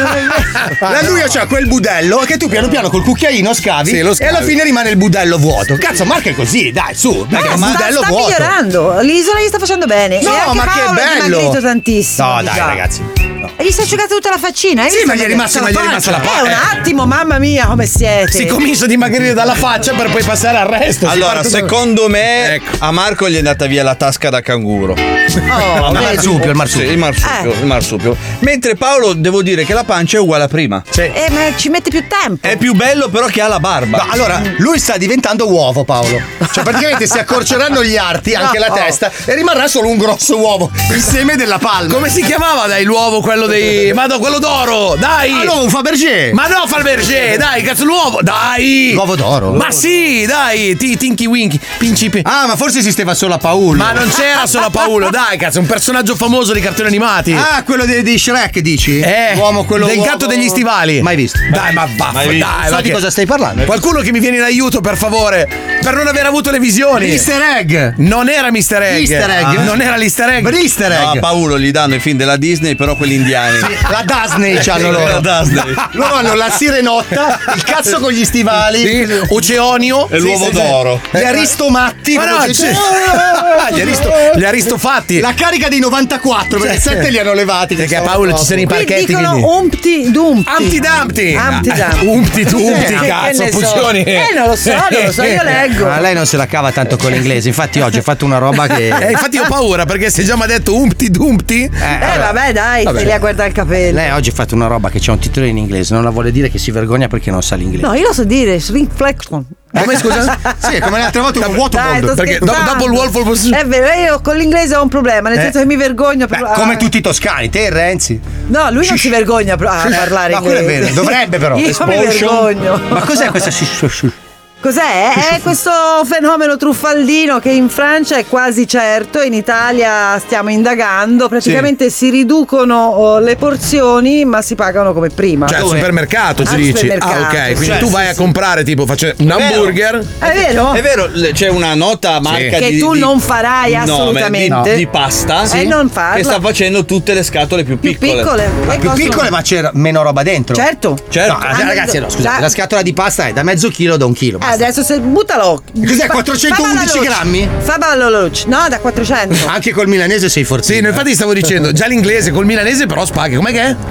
c'ha L'anduia c'ha quel budello che tu piano piano col cucchiaino scavi, Sì, lo e scavi. alla fine rimane il budello vuoto. Cazzo, Marco è così, dai, su, dai, che è un sta, budello sta vuoto. migliorando, l'isola gli sta facendo bene. No, e anche ma che Paolo è bello. dimagrito tantissimo. No, dai, già. ragazzi. E gli si è asciugata tutta la faccina. hai Sì, visto ma gli è come- rimasta- la ma gli è rimasta la pancia? pa- Eh, un attimo, mamma mia, come siete. Si comincia a dimagrire dalla faccia per poi passare al resto. Si Allora, parte da- secondo me Ecco. a Marco gli è andata via la tasca da canguro. Oh, Il vedi? marsupio, il marsupio. Sì, il marsupio, Eh. il marsupio. Mentre Paolo, devo dire che la pancia è uguale a prima. Eh, ma ci mette più tempo. È più bello però che ha la barba. No, allora, lui sta diventando uovo, Paolo. Cioè, praticamente si accorceranno gli arti, anche la No. testa, e rimarrà solo un grosso uovo. Il seme della palma. Come si chiamava, dai, l'uovo, quello dei. Ma no, quello d'oro, dai! Ah, no, un Fabergé. Ma no, Fabergé, dai, cazzo, l'uovo, dai! L'uovo d'oro. Ma sì, dai, ti, Tinky Winky, Principe. Ah, ma forse esisteva solo a Paolo. Ma non c'era solo Paolo, dai, cazzo, un personaggio famoso di cartoni animati. Ah, quello di, di Shrek, dici? Eh, L'uomo, quello del uomo- gatto degli stivali. Mai visto. Dai, ma vaffa, Mai dai, visto. ma So di che- cosa stai parlando? Qualcuno che mi viene in aiuto, per favore, per non aver avuto le visioni. Easter egg. Non era mister Egg. Easter egg. Ah, non era l'Easter Egg. Easter No, a egg. Paolo gli danno i film della Disney, però quelli indiani. La Disney c'hanno loro. La Disney. Loro hanno la sirenotta, il cazzo con gli stivali, Sì, Oceonio E l'uovo d'oro. gli aristomatti. Ma no, come si c'è- dice? gli, aristo- gli aristofatti. La carica dei novantaquattro, perché sette li hanno levati. Perché a Paolo ci sono i Qui parchetti. dicono quindi- Umpty Dumpty. Amti Dumpty. Amty Ah, Dumpty. Umpty Dumpty, Eh, che cazzo, ne so. funzioni. Eh, non lo so, non lo so, io leggo. Ma lei non se la cava tanto con l'inglese, infatti oggi ha fatto una roba che. Eh, infatti ho paura perché se già mi ha detto Umpty Dumpty. Eh, vabbè, dai, Vabbè. stai lì a guardare il capello. Lei oggi ha fatto una roba che c'è un titolo in inglese, non la vuole dire che si vergogna perché non sa l'inglese. No, io lo so dire, Shrinkflexion. Come scusa? Sì, come l'altra volta un vuoto Dai, sto mondo. Perché do- scherzando. dopo il Wolf of Wall Street- È vero, io con l'inglese ho un problema, nel Eh. senso che mi vergogno per... Beh, come tutti i toscani, te e Renzi. No, lui non si vergogna pro- a parlare Ma quello è inglese. vero, dovrebbe però. Io mi Expulsion. vergogno. Ma cos'è questa shish? Cos'è? È questo fenomeno truffaldino che in Francia è quasi certo, in Italia stiamo indagando, praticamente si riducono oh, le porzioni ma si pagano come prima. Cioè al supermercato ci Al dici. supermercato, Ah, ok. Quindi cioè, tu vai sì, a sì. comprare tipo face- un hamburger. È vero? È vero, le- c'è una nota marca Che di, tu di- non farai no, assolutamente. di, di pasta E non farla. che sta facendo tutte le scatole più Più piccole. piccole. Ma E più costano- piccole, ma c'era meno roba dentro. Certo. Certo. No, Ah, ragazzi, no, scusate, già- la scatola di pasta è da mezzo chilo da un chilo. Eh, basta. adesso se buttalo. Cos'è, quattrocentoundici grammi? Fa ballo veloce. No, da quattrocento. Anche col milanese sei forzino. Sì, no, infatti stavo dicendo, già l'inglese col milanese però spaghi, com'è che è?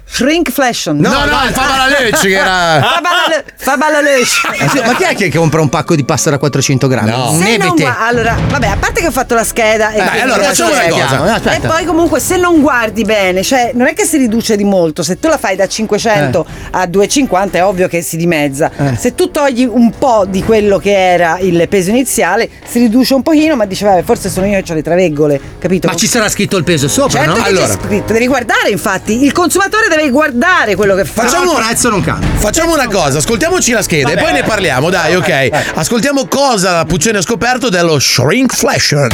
Shrinkflation. No, no, no, il Fabalaleci che era. Fabalaleci. Ma chi è che compra un pacco di pasta da quattrocento grammi? No. Se non Nebete. gua- allora, vabbè, a parte che ho fatto la scheda e Dai, quindi allora la facciamo una scheda. cosa. E Aspetta. poi comunque se non guardi bene, cioè non è che si riduce di molto, se tu la fai da cinquecento a due e cinquanta è ovvio che si dimezza. Eh. Se tu togli un po' di quello che era il peso iniziale, si riduce un pochino, ma dice vabbè, forse sono io che ho le traveggole, capito? Ma ci sarà scritto il peso sopra, Certo no? che Allora, c'è scritto, devi guardare, infatti, il consumatore deve guardare quello che fa. facciamo un prezzo non cambia. Facciamo una cosa, ascoltiamoci la scheda Vabbè. e poi ne parliamo, dai, ok. Ascoltiamo cosa Puccioni ha scoperto dello shrinkflation.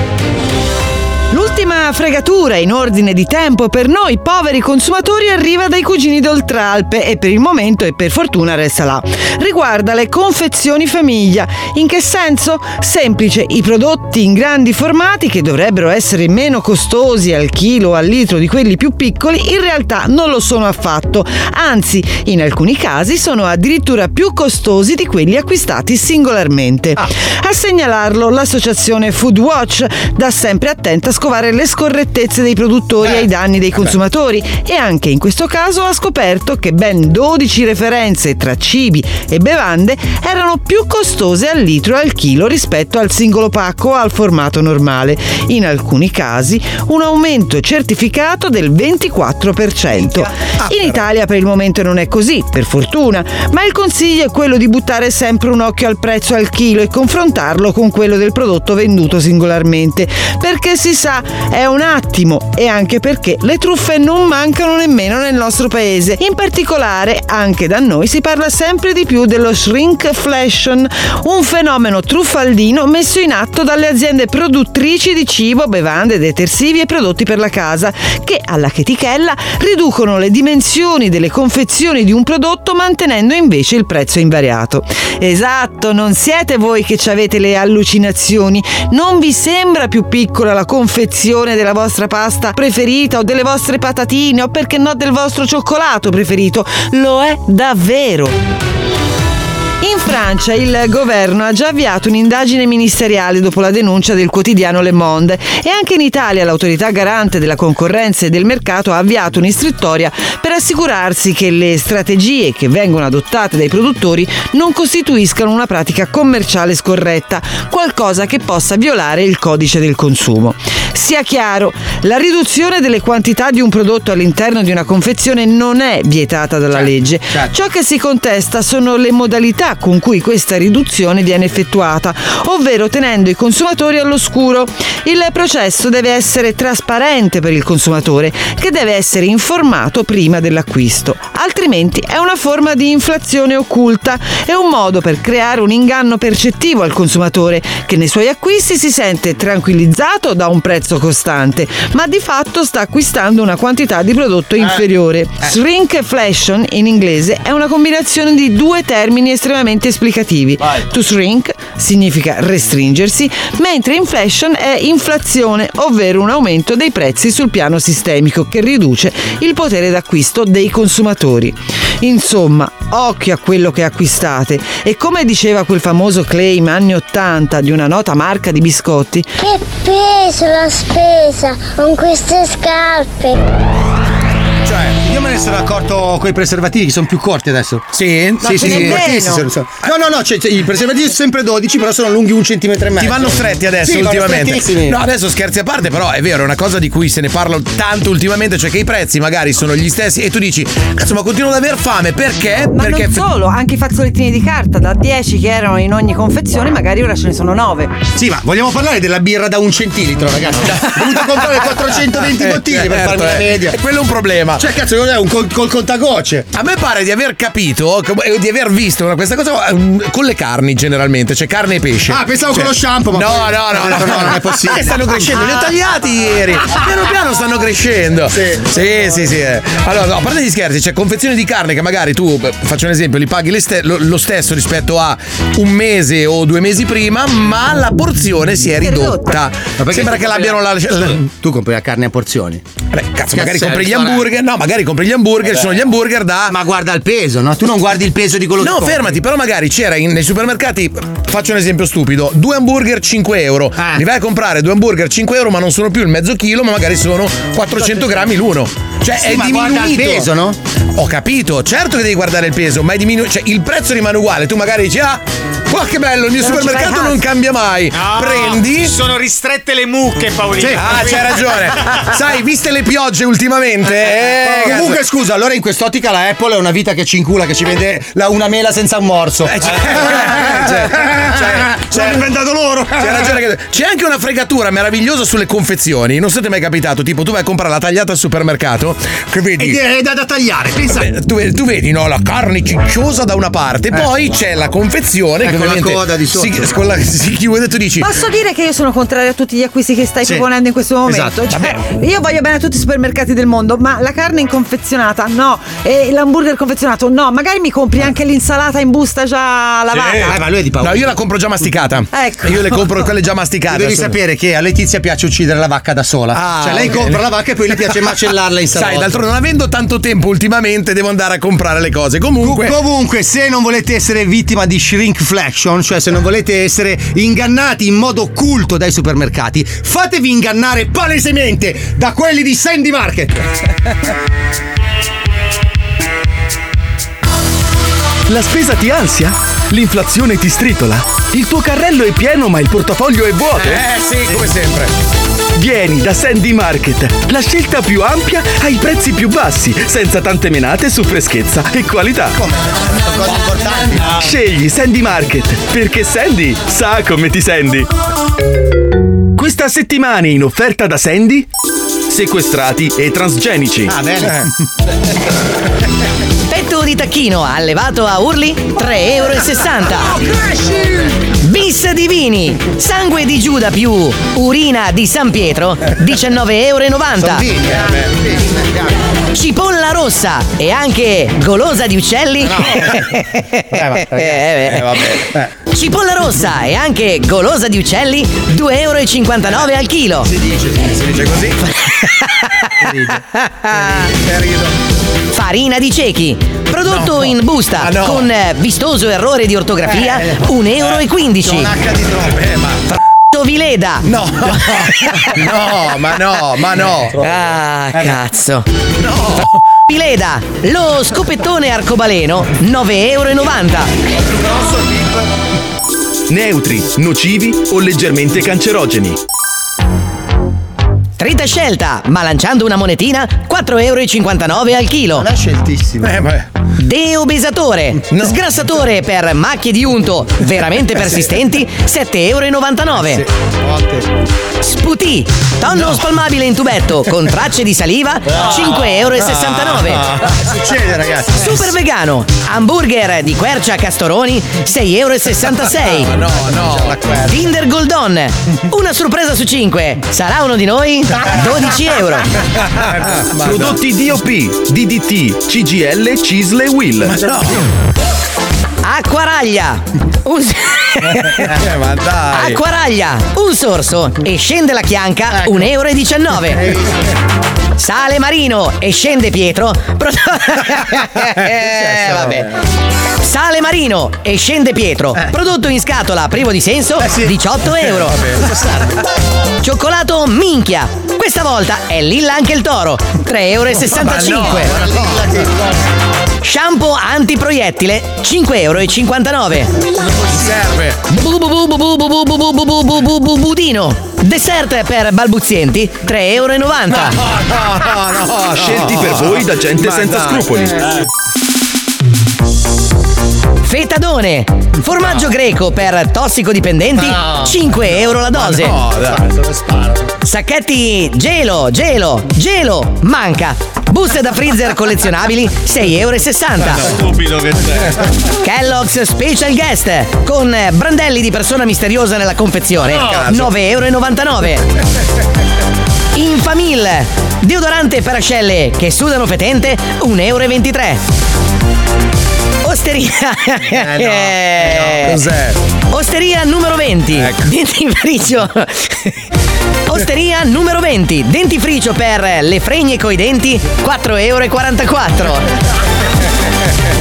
L'ultima fregatura in ordine di tempo per noi poveri consumatori arriva dai cugini d'Oltralpe e per il momento e per fortuna resta là. Riguarda le confezioni famiglia. In che senso? Semplice, i prodotti in grandi formati che dovrebbero essere meno costosi al chilo o al litro di quelli più piccoli in realtà non lo sono affatto. Anzi, in alcuni casi sono addirittura più costosi di quelli acquistati singolarmente. A segnalarlo l'associazione Foodwatch, da sempre attenta a scovare le scorrettezze dei produttori ai danni dei consumatori e anche in questo caso ha scoperto che ben dodici referenze tra cibi e bevande erano più costose al litro e al chilo rispetto al singolo pacco o al formato normale. In alcuni casi un aumento certificato del ventiquattro per cento. In Italia per il momento non è così, per fortuna, ma il consiglio è quello di buttare sempre un occhio al prezzo al chilo e confrontarlo con quello del prodotto venduto singolarmente, perché si sa è un attimo e anche perché le truffe non mancano nemmeno nel nostro paese. In particolare anche da noi si parla sempre di più dello shrinkflation, un fenomeno truffaldino messo in atto dalle aziende produttrici di cibo, bevande, detersivi e prodotti per la casa, che alla chetichella riducono le dimensioni delle confezioni di un prodotto mantenendo invece il prezzo invariato. Esatto, non siete voi che ci avete le allucinazioni, non vi sembra più piccola la confezione della vostra pasta preferita o delle vostre patatine o perché no del vostro cioccolato preferito, lo è davvero. In Francia il governo ha già avviato un'indagine ministeriale dopo la denuncia del quotidiano Le Monde e anche in Italia l'autorità garante della concorrenza e del mercato ha avviato un'istruttoria per assicurarsi che le strategie che vengono adottate dai produttori non costituiscano una pratica commerciale scorretta, qualcosa che possa violare il codice del consumo. Sia chiaro, la riduzione delle quantità di un prodotto all'interno di una confezione non è vietata dalla legge. Ciò che si contesta sono le modalità con cui questa riduzione viene effettuata, ovvero tenendo i consumatori all'oscuro. Il processo deve essere trasparente per il consumatore, che deve essere informato prima dell'acquisto, altrimenti è una forma di inflazione occulta, è un modo per creare un inganno percettivo al consumatore, che nei suoi acquisti si sente tranquillizzato da un prezzo costante, ma di fatto sta acquistando una quantità di prodotto inferiore. Shrinkflation in inglese è una combinazione di due termini estremamente esplicativi. To shrink significa restringersi, mentre inflation è inflazione, ovvero un aumento dei prezzi sul piano sistemico che riduce il potere d'acquisto dei consumatori. Insomma, occhio a quello che acquistate e, come diceva quel famoso claim anni ottanta di una nota marca di biscotti, che peso la spesa con queste scarpe. Cioè, io me ne sono accorto con i preservativi che sono più corti adesso. Sì? No, sì, sì, sì, cortissimi sono. No, no, no, cioè, cioè, i preservativi sono sempre dodici, però sono lunghi un centimetro e mezzo. Ti vanno stretti adesso sì, ultimamente. No, adesso scherzi a parte, però è vero, è una cosa di cui se ne parla tanto ultimamente, cioè che i prezzi magari sono gli stessi e tu dici, cazzo, ma continuo ad aver fame, perché? Ma perché non solo, anche i fazzolettini di carta da dieci che erano in ogni confezione, magari ora ce ne sono nove. Sì, ma vogliamo parlare della birra da un centilitro, ragazzi? Ho dovuto comprare quattrocentoventi bottiglie per farmi la media. E quello è un problema. Cioè, cazzo, è un col, col contagocce. A me pare di aver capito, di aver visto una, questa cosa con le carni generalmente, cioè carne e pesce. Ah, pensavo cioè, con lo shampoo, ma no, poi... no, no, no, no, non è possibile. Eh, stanno crescendo, li ho tagliati ieri. Piano piano stanno crescendo. Sì, sì, sì, sì. Allora, no, a parte gli scherzi, c'è confezioni di carne che magari tu, faccio un esempio, li paghi ste- lo, lo stesso rispetto a un mese o due mesi prima, ma la porzione si è ridotta. Ma sembra che l'abbiano la, la... Tu compri la carne a porzioni. Beh, cazzo, magari compri gli hamburger. no, magari compri gli hamburger, ci sono gli hamburger da. Ma guarda il peso, no? Tu non guardi il peso di quello no, che compri. fermati, però magari c'era in, nei supermercati, faccio un esempio stupido, due hamburger cinque euro. Ah. Li vai a comprare due hamburger cinque euro, ma non sono più il mezzo chilo, ma magari sono quattrocento grammi l'uno. Cioè Sì, è ma diminuito. guarda il peso, no? Ho capito, certo che devi guardare il peso, ma è diminuito. Cioè il prezzo rimane uguale. Tu magari dici, ah, oh, che bello, il mio Però supermercato non cambia mai. No, Prendi. sono ristrette le mucche, Paolino. Sì. Ah, c'hai ragione. Sai, viste le piogge ultimamente. Eh, Comunque, cazzo. scusa, allora in quest'ottica la Apple è una vita che ci incula, che ci vende la- una mela senza un morso. Eh, cioè, cioè, cioè, L'hanno inventato loro. C'è ragione che- C'è anche una fregatura meravigliosa sulle confezioni. Non so se ti è mai capitato. Tipo, tu vai a comprare la tagliata al supermercato. Che vedi? Ed è da, da tagliare, pensa. Vabbè, tu, vedi- tu vedi, no, la carne cicciosa da una parte, poi c'è la confezione che Ecco la ovviamente coda di sotto. si, con la, si chiude e tu dici. Posso dire che io sono contraria a tutti gli acquisti che stai Sì. proponendo in questo momento? Esatto. Cioè, io voglio bene a tutti i supermercati del mondo, ma la carne in confezionata no, e l'hamburger confezionato no. Magari mi compri anche l'insalata in busta già lavata. Eh, ma lui è di Paolo. No, io la compro già masticata. Ecco. Io le compro quelle già masticate. Devi Sono- sapere che a Letizia piace uccidere la vacca da sola. Ah, cioè lei ok. compra la vacca e poi le piace macellarla in salotto. Sai, d'altronde non avendo tanto tempo ultimamente devo andare a comprare le cose. Comunque. Comunque, se non volete essere vittima di shrinkflation, cioè se non volete essere ingannati in modo occulto dai supermercati, fatevi ingannare palesemente da quelli di Sandy Market. La spesa ti ansia? L'inflazione ti stritola? Il tuo carrello è pieno ma il portafoglio è vuoto? Eh sì, come sempre. Vieni da Sandy Market, la scelta più ampia ai prezzi più bassi, senza tante menate su freschezza e qualità. Come? Sono cose importanti. Scegli Sandy Market, perché Sandy sa come ti senti. Questa settimana in offerta da Sandy, sequestrati e transgenici. Ah, bene. Petto di tacchino allevato a urli tre euro e sessanta. Bis di vini, sangue di Giuda più urina di San Pietro diciannove euro e novanta. Cipolla rossa e anche golosa di uccelli. Eh, beh. Cipolla rossa e anche golosa di uccelli due euro e cinquantanove al chilo. Si dice, si dice così. Farina di ciechi, prodotto No. in busta Ah, no. con eh, vistoso errore di ortografia Eh. un euro e quindici. C'ho un H di troppo. Eh, ma. Vileda. No, no, ma no, ma no. Ah, cazzo. No. Vileda, lo scopettone arcobaleno nove euro e novanta. Neutri, nocivi o leggermente cancerogeni. Trita scelta, ma lanciando una monetina quattro euro e cinquantanove al chilo. Non è sceltissimo. Eh, ma. Deobesatore, No. sgrassatore per macchie di unto veramente persistenti sette euro e novantanove. Sputi, tonno spalmabile in tubetto con tracce di saliva cinque euro e sessantanove. Succede, ragazzi. Super vegano, hamburger di quercia castoroni sei euro e sessantasei. No, no. Kinder Goldon, una sorpresa su cinque. Sarà uno di noi? dodici euro. Prodotti D O P, D D T, C G L, Cisle e Will. Acquaraglia. Un... Eh, ma dai. Acquaraglia, un sorso e scende la chianca un euro e diciannove. Sale marino e scende Pietro. Pro- eh, vabbè. Sale marino e scende Pietro. Prodotto in scatola privo di senso diciotto euro. Cioccolato minchia. Questa volta è Lilla anche il toro tre euro e sessantacinque. Shampoo antiproiettile cinque euro e cinquantanove. Serve. Budino. Dessert per balbuzienti tre euro e novanta. No, no, no, no. Scelti per voi da gente Ma senza dai. scrupoli. Fetadone. Formaggio greco per tossicodipendenti cinque euro la dose. No, dai. Sacchetti gelo, gelo, gelo. Manca. Buste da freezer collezionabili sei euro e sessanta. Stupido che sei. Kellogg's Special Guest con brandelli di persona misteriosa nella confezione nove euro e novantanove. Infamil, deodorante per ascelle che sudano fetente un euro e ventitré. Osteria. Eh no, no. Cos'è? Osteria numero venti. Ecco. Dentifricio. Osteria numero venti. Dentifricio per le fregne coi denti, quattro e quarantaquattro euro.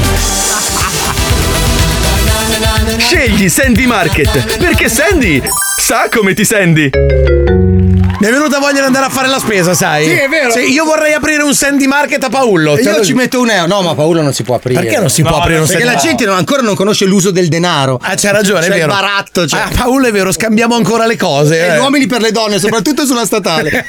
Scegli Sandy Market, perché Sandy sa come ti senti. Mi è venuta voglia di andare a fare la spesa, sai? Sì, è vero. Sì, io vorrei aprire un Sandy Market a Paolo. E io ci metto un euro. No, ma Paolo non si può aprire. Perché non si no, può aprire un Perché Sandy la gente non, ancora non conosce l'uso del denaro. Ah, c'hai ragione, c'è è vero. Il baratto, cioè. Ah, Paolo, è vero, scambiamo ancora le cose. E eh. gli uomini per le donne, soprattutto sulla statale.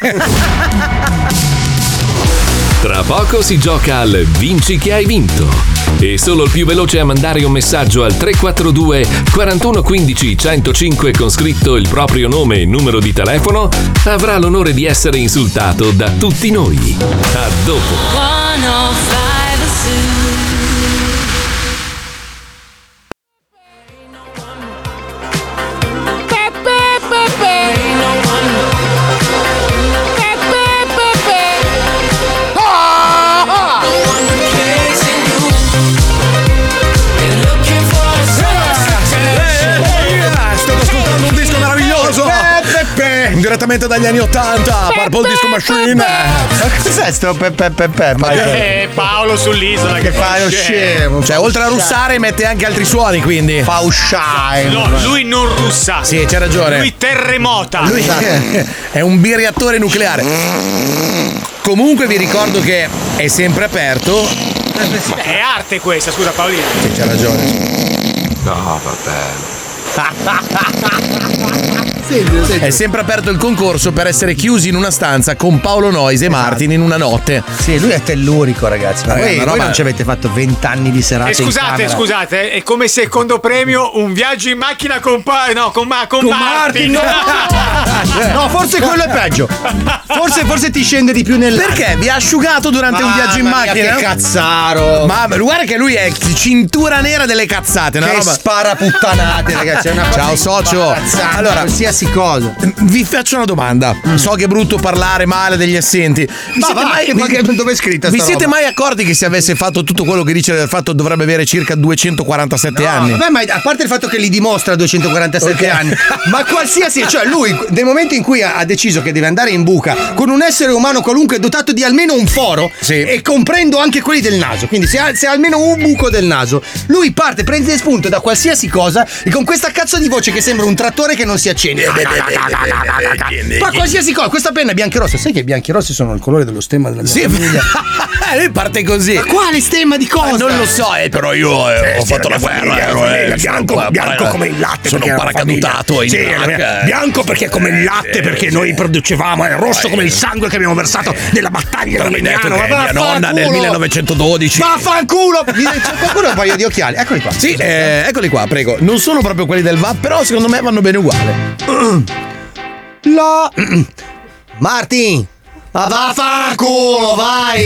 Tra poco si gioca al Vinci che hai vinto. E solo il più veloce a mandare un messaggio al tre quattro due quarantuno quindici centocinque con scritto il proprio nome e numero di telefono avrà l'onore di essere insultato da tutti noi. A dopo. Direttamente dagli anni ottanta, Purple Disco Machine. Ma cos'è sto Pepe Pepe? Eh, Paolo sull'isola che fa lo scemo. Cioè, oltre a russare, mette anche altri suoni, quindi. Fa uscire. No, lui non russa. Sì, c'è ragione. Lui terremota. Lui è un bireattore nucleare. Comunque vi ricordo che è sempre aperto. È arte questa, scusa Paolino. Sì, c'ha ragione. No, vabbè. Senti, senti. È sempre aperto il concorso per essere chiusi in una stanza con Paolo Noise e Martin in una notte. Sì, lui è tellurico, ragazzi. Ma Ragazzi, voi, una voi roba- non ci avete fatto vent'anni di serate E scusate, in camera. scusate, è come secondo premio un viaggio in macchina con pa- no, con, ma- con, Con Martin. Martin, no! No, forse quello è peggio. Forse, forse ti scende di più nel. Perché? Vi ha asciugato durante un viaggio in Mamma mia, macchina? che cazzaro! Ma guarda che lui è cintura nera delle cazzate, una Che roba. spara puttanate, ragazzi. È una cosa Ciao socio. imbarazzante, Allora, qualsiasi cosa. vi faccio una domanda. So che è brutto parlare male degli assenti. Vi Ma siete va, mai- che- vi- ma che- dove è scritta Vi sta siete roba? mai accorti che se avesse fatto tutto quello che dice di aver fatto dovrebbe avere circa duecentoquarantasette anni? Vabbè, ma a parte il fatto che li dimostra a duecentoquarantasette Ok. anni, ma qualsiasi, cioè lui nel momento in cui ha, ha deciso che deve andare in buca con un essere umano qualunque dotato di almeno un foro, Sì. e comprendo anche quelli del naso, quindi se ha, se ha almeno un buco del naso, lui parte, prende spunto da qualsiasi cosa e con questa cazzo di voce che sembra un trattore che non si accende. Ma qualsiasi cosa, questa penna è bianca e rossa, sai che i bianchi e rossi sono il colore dello stemma della mia Sì. famiglia? Eh, lui parte così. Ma quale stemma di cosa? Ma non lo so, eh, però io eh, ho fatto la guerra, ero eh, bianco, sono- bianco come il latte. Sono perché era paracadutato in Sì, Iraq, era- eh. bianco perché è come il latte, Sì, perché sì. noi producevamo, è rosso come il sangue che abbiamo versato nella battaglia di detto Legnano. che mia nonna nel millenovecentododici. Vaffanculo! Mi- C'è qualcuno un paio di occhiali, eccoli qua. Sì, eh, eccoli qua, prego. Non sono proprio quelli del V A P, però secondo me vanno bene uguale. La Martin! Ma vaffanculo, vai!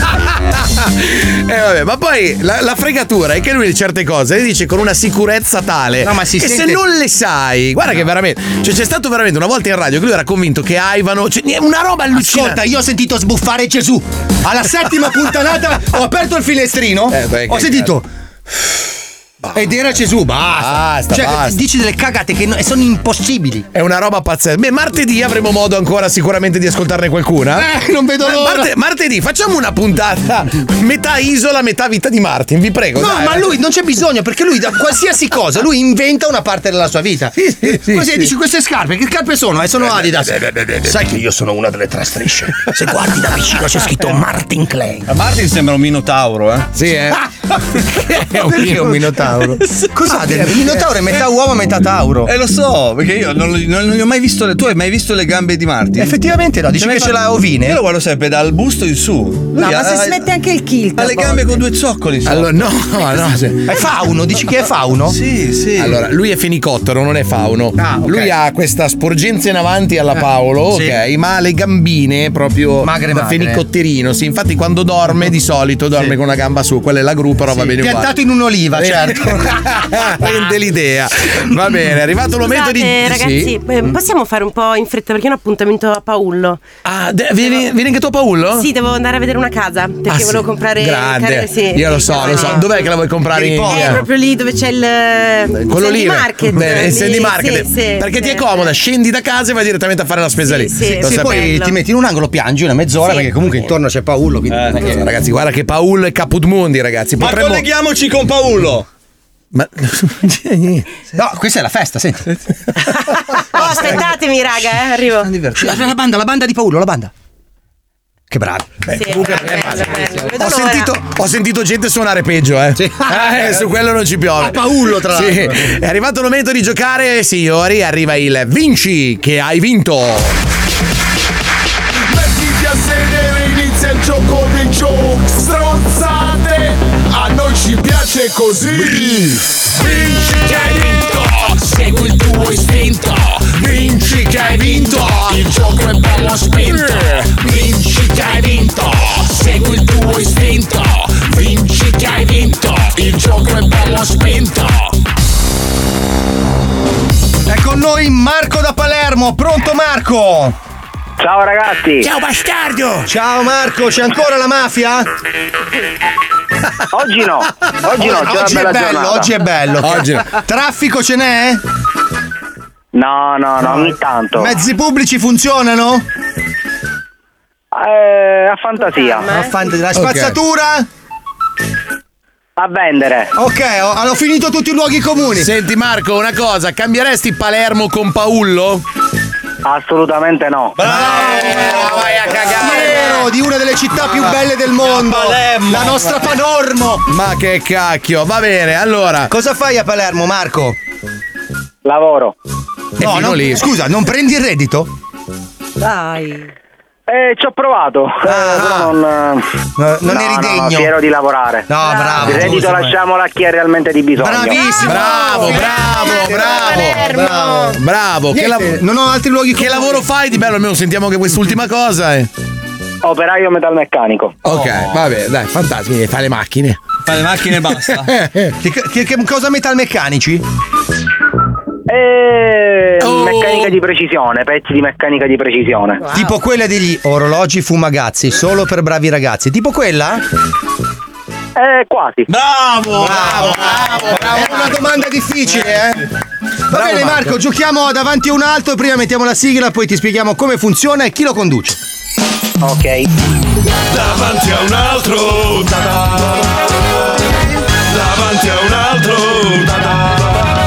Eh vabbè, ma poi la, la fregatura è che lui certe cose le dice con una sicurezza tale No, ma si che sente- se non le sai, guarda che veramente, cioè c'è stato veramente una volta in radio che lui era convinto che Ivano, cioè, è una roba allucinante. Ascolta, io ho sentito sbuffare Gesù. Alla settima puntanata ho aperto il finestrino. Eh, beh, ho che sentito. Ed era Gesù, basta. Basta, cioè, basta. dici delle cagate che no- sono impossibili. È una roba pazzesca. Beh, martedì avremo modo ancora sicuramente di ascoltarne qualcuna. Eh, non vedo Ma- l'ora. Marte- martedì facciamo una puntata metà isola, metà vita di Martin, vi prego. No, dai, ma eh. lui non c'è bisogno perché lui da qualsiasi cosa lui inventa una parte della sua vita. Sì, sì, sì, Così sì. dici queste scarpe, che scarpe sono? Eh, sono Adidas. Sai che io sono una delle tre strisce. Se guardi da vicino c'è scritto Martin Klein. A Martin sembra un minotauro, eh? Sì, eh. Perché un minotauro? Cosa ha del il minotauro è metà uomo, metà tauro. Eh lo so, perché io non, non, non gli ho mai visto le. Tu hai mai visto le gambe di Martin? Effettivamente no, dici Ce che l'hai ce l'ha fatto- ovine. Io lo guardo sempre dal busto in su. Lui No, ma ha- se si mette anche il kilt. ha a le volte. gambe con due zoccoli. sotto. Allora, no, no. sì. È fauno, dici che è fauno? Sì, sì. Allora, lui è fenicottero, non è fauno. Ah, ok. Lui ha questa sporgenza in avanti alla Paolo, sì. ok, ma ha le gambine proprio Magre, da magre. fenicotterino. Sì, infatti quando dorme di solito dorme Sì. con una gamba su, quella è la gru, però va bene uguale. Piantato in un'oliva, Eh, certo. Rende l'idea. Va bene, è arrivato il momento di. Scusate, ragazzi, Sì. eh, possiamo fare un po' in fretta perché ho un appuntamento a Paullo. Ah, de- vieni, vieni anche tu a Paullo? Sì, devo andare a vedere una casa perché Ah, sì. volevo comprare Grande. care- sì, Io lo sì, so, lo so. sì. Dov'è che la vuoi comprare? In È via? proprio lì dove c'è il Quello Sandy lì. Market. Bene, il lì, Sandy Market. sì, sì, perché ti sì. è comoda, scendi da casa e vai direttamente a fare la spesa lì. sì, Lo Sì, sapevo. poi ti metti in un angolo, piangi una mezz'ora Sì. perché comunque intorno c'è Paolo. Quindi non è che- Eh, ragazzi, guarda che Paolo è caput mundi, ragazzi. Ma Potremmo. colleghiamoci con Paolo. Ma... No, questa è la festa, senti. Oh, aspettatemi, raga, eh, arrivo. La, la banda, la banda di Paolo, la banda. Che bravi. Beh, Sì, comunque, bello, bello, bello. Vedo Ho l'ora. sentito, ho sentito gente suonare peggio, eh. Eh, su quello non ci piove. A Paolo, tra Sì. l'altro. È arrivato il momento di giocare, signori. Arriva il Vinci che hai vinto. Mettiti a sedere, inizia il gioco dei giochi. Stronzate, a noi ci piace così. Vinci che hai vinto, segui il tuo istinto. Vinci che hai vinto, il gioco è bello spinto. Vinci che hai vinto, segui il tuo istinto. Vinci che hai vinto, il gioco è bello spinto. È con noi Marco da Palermo. Pronto Marco? Ciao ragazzi. Ciao bastardo. Ciao Marco, c'è ancora la mafia? Oggi no, oggi no, c'è Oggi una è bella bello, giornata. oggi è bello. Oggi no. Traffico ce n'è? No, no, no, ogni tanto. Mezzi pubblici funzionano? Eh, a fantasia. Ah, fant- la spazzatura? A vendere. Ok, ho, ho finito tutti i luoghi comuni. Senti Marco, una cosa, cambieresti Palermo con Paullo? Assolutamente no. Bravo, vai a cagare. Piero, di una delle città più belle del mondo. Palermo. La nostra Panormo. Ma che cacchio, va bene, allora. Cosa fai a Palermo, Marco? Lavoro. È No, fino non- lì. scusa, non prendi il reddito? Dai. Eh, ci ho provato. eh, però non. No, non no, eri no, degno. No, fiero di lavorare. No, bravo. Il reddito giusto, lasciamolo a chi ha realmente di bisogno. Bravissimo. Bravo, bravo, bravo. Bravo. Bravo, che, Niente, lav- non ho altri luoghi che comuni. lavoro fai di bello? Almeno sentiamo anche quest'ultima cosa. Eh. Operaio metalmeccanico. Ok, vabbè, dai, fantastico, fai le macchine. Fai le macchine e basta. Che, che- che cosa metalmeccanici? E Oh. meccanica di precisione, pezzi di meccanica di precisione. Tipo quella degli orologi fumagazzi, solo per bravi ragazzi. Tipo quella? Eh, quasi. Bravo! Bravo, bravo, bravo. È una domanda difficile, eh? Va Bravo, bene Marco, Marco. giochiamo davanti a un altro, prima mettiamo la sigla, poi ti spieghiamo come funziona e chi lo conduce. Ok. Davanti a un altro. Ta-da. Davanti a un altro. Ta-da.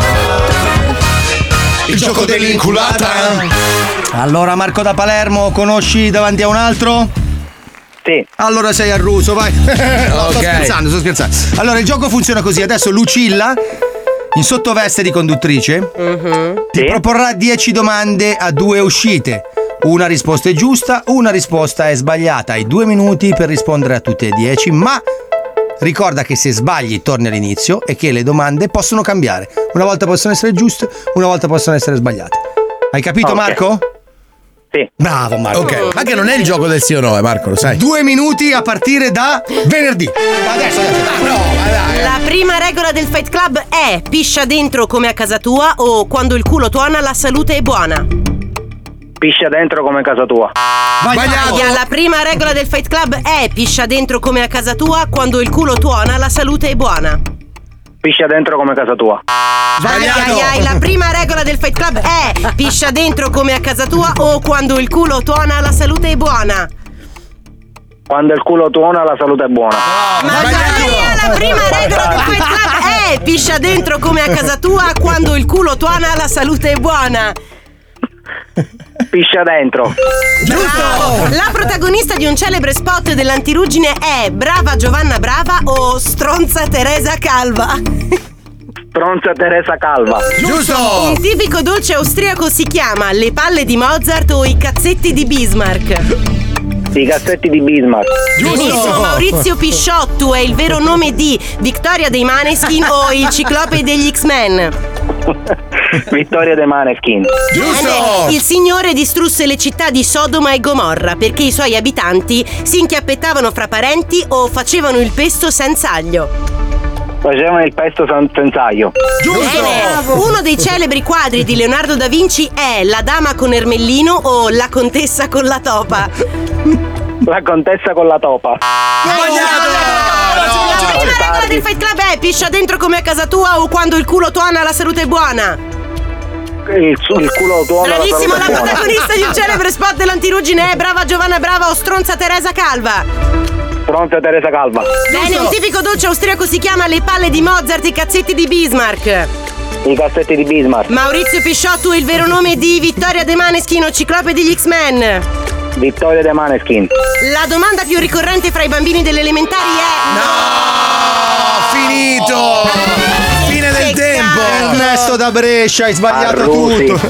Il gioco dell'inculata. Allora Marco da Palermo, conosci davanti a un altro? Sì. Allora sei al ruso, vai. No, sto Ok. scherzando, sto scherzando. Allora il gioco funziona così, adesso Lucilla, in sottoveste di conduttrice, ti Sì. proporrà dieci domande a due uscite. Una risposta è giusta, una risposta è sbagliata. Hai due minuti per rispondere a tutte e dieci, ma ricorda che se sbagli torni all'inizio e che le domande possono cambiare. Una volta possono essere giuste, una volta possono essere sbagliate. Hai capito Ok. Marco? Sì. Bravo Marco. Ok, ma che non è il gioco del sì o no, eh, Marco, lo sai. Due minuti a partire da venerdì. Adesso, adesso. No, ma dai. La prima regola del Fight Club è piscia dentro come a casa tua o quando il culo tuona la salute è buona. Piscia dentro come casa tua. Sbaglia. La prima regola del Fight Club è piscia dentro come a casa tua quando il culo tuona la salute è buona. Piscia dentro come casa tua. Ai, ai, ai, la prima regola del Fight Club è piscia dentro come a casa tua o quando il culo tuona la salute è buona. Quando il culo tuona la salute è buona. Ma sbaglia, la prima regola del Fight Club è piscia dentro come a casa tua quando il culo tuona la salute è buona. Piscia dentro. Giusto! La protagonista di un celebre spot dell'antiruggine è Brava Giovanna Brava o Stronza Teresa Calva. Stronza Teresa Calva. Un tipico dolce austriaco si chiama le palle di Mozart o i cazzetti di Bismarck. I cazzetti di Bismarck. Benissimo, Maurizio Pisciotto è il vero nome di Vittoria dei Maneskin o il ciclope degli X-Men. Vittoria dei Maneskin. Bene, il Signore distrusse le città di Sodoma e Gomorra perché i suoi abitanti si inchiappettavano fra parenti o facevano il pesto senza aglio. Facevano il pesto san- senza aglio. Bene. Uno dei celebri quadri di Leonardo da Vinci è La dama con Ermellino o La contessa con la topa? La contessa con la topa. La regola del Fight Club è piscia dentro come a casa tua o quando il culo tuona la salute è buona? Il, il culo tuona. Bravissimo, la, la salute è buona. protagonista di un celebre spot dell'antiruggine è Brava Giovanna Brava o Stronza Teresa Calva? Stronza Teresa Calva. Bene, un tipico dolce austriaco si chiama Le palle di Mozart, i cazzetti di Bismarck. I cassetti di Bismarck. Maurizio Pisciotto è il vero nome di Vittoria De Maneskin o Ciclope degli X-Men? Vittoria De Maneskin. La domanda più ricorrente fra i bambini delle elementari è... No! Finito! Fine del tempo! Ernesto da Brescia, hai sbagliato Arrusi. tutto.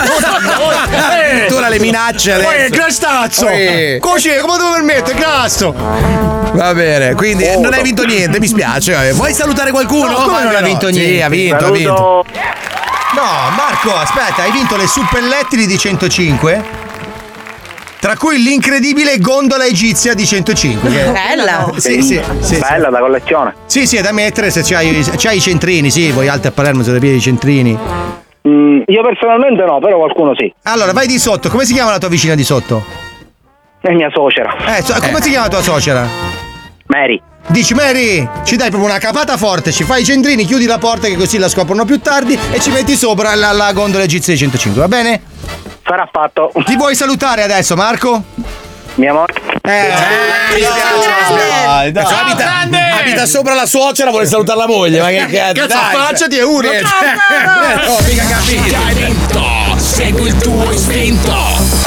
Addirittura le minacce adesso. Poi è crastazzo. Poi- Così, come devo permettere? Grasso. Va bene, quindi non hai vinto niente, mi spiace. Vuoi salutare qualcuno? No, come non ha vinto niente? Sì, ha vinto, ha Saluto- vinto. No, Marco, aspetta, hai vinto le suppellettili di centocinque. Tra cui l'incredibile gondola egizia di centocinque. che- Bella. Sì, sì, sì. Bella da collezione. Sì, sì, è da mettere se c'hai, se c'hai i centrini, sì, voi altri a Palermo siete pieni di centrini. Mm, io personalmente no, però qualcuno sì. Allora, vai di sotto, come si chiama la tua vicina di sotto? È mia suocera. Eh, so- come si chiama la tua suocera? Mary. Dici Mary, ci dai proprio una capata forte, ci fai i centrini, chiudi la porta che così la scoprono più tardi e ci metti sopra la, la gondola egizia di centocinque, va bene? Sarà fatto. Ti vuoi salutare adesso, Marco? Mia moglie. Eh, Mi spiace. Dai, dai. Ciao, abita, grande! abita sopra la suocera, vuole salutare la moglie. Ma che cazzo? Cazzo, dai. affacciati è uno. Eh, No, mica capito. Segui il tuo istinto.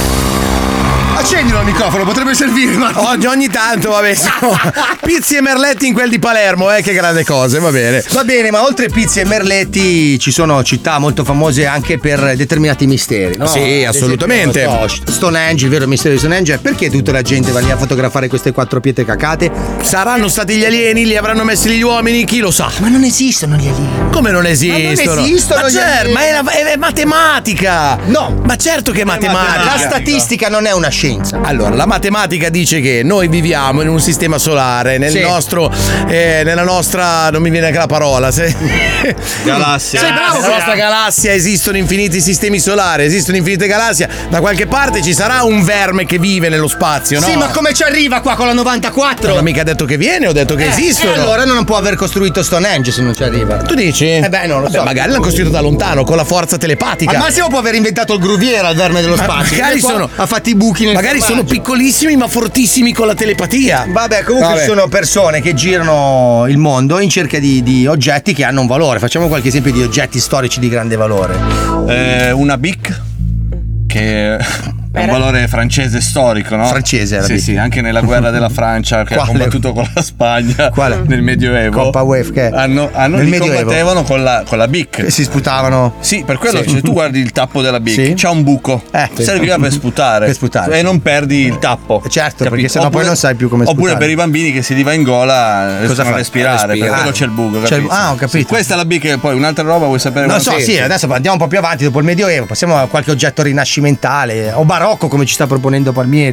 Accendilo il microfono, potrebbe servire, ma Oggi, ogni tanto, vabbè, sono pizzi e merletti in quel di Palermo, eh, che grande cose, va bene. va bene, ma oltre pizzi e merletti ci sono città molto famose anche per determinati misteri, no? Sì, Ad assolutamente. esempio, non so, Stonehenge, il vero mistero di Stonehenge, perché tutta la gente va lì a fotografare queste quattro pietre cacate? Saranno stati gli alieni, li avranno messi gli uomini, chi lo sa. Ma non esistono gli alieni. Come non esistono? Ma non esistono Ma, gli certo, alieni. ma è, la- è matematica. No. Ma certo che è matematica. La statistica non è una scienza. Allora, la matematica dice che noi viviamo in un sistema solare, nel Sì. nostro, eh, nella nostra, non mi viene anche la parola, se... Galassia. Sei bravo, nella nostra galassia esistono infiniti sistemi solari, esistono infinite galassie. Da qualche parte ci sarà un verme che vive nello spazio, no? Sì, ma come ci arriva qua con la novantaquattro? Non ho mica detto che viene, ho detto che Eh, esistono. E allora non può aver costruito Stonehenge se non ci arriva. Tu dici? Eh beh, non lo so. Beh, magari l'hanno costruito da lontano, con la forza telepatica. Al massimo può aver inventato il gruviera al verme dello Ma spazio. magari Qua sono- ha fatto i buchi nel Magari sono formaggio. piccolissimi ma fortissimi con la telepatia. Vabbè, comunque Vabbè. ci sono persone che girano il mondo in cerca di, di oggetti che hanno un valore. Facciamo qualche esempio di oggetti storici di grande valore. Eh, una Bic che è un valore francese storico, no? Francese era Sì, Bic. sì, anche nella guerra della Francia che Quale? ha combattuto con la Spagna Quale? nel Medioevo. Coppa U E F che è? Hanno, hanno Nel li Medioevo. combattevano con la, con la Bic. E si sputavano. Sì, per quello Sì. se tu guardi il tappo della Bic, Sì. c'ha un buco. Eh, sì. Serviva per sputare. Per sputare. E non perdi il tappo. Certo, Capito? perché sennò poi Oppure- non sai più come Oppure sputare. per i bambini che si li va in gola riescono fa? a respirare, Respira. per quello c'è il buco. C'è il- capito? ah, ho capito. Sì, questa è la Bic, e poi un'altra roba vuoi sapere? Non una- so, sì, adesso andiamo un po' più avanti dopo il Medioevo, passiamo a qualche oggetto rinascimentale o barocco come ci sta proponendo Palmieri.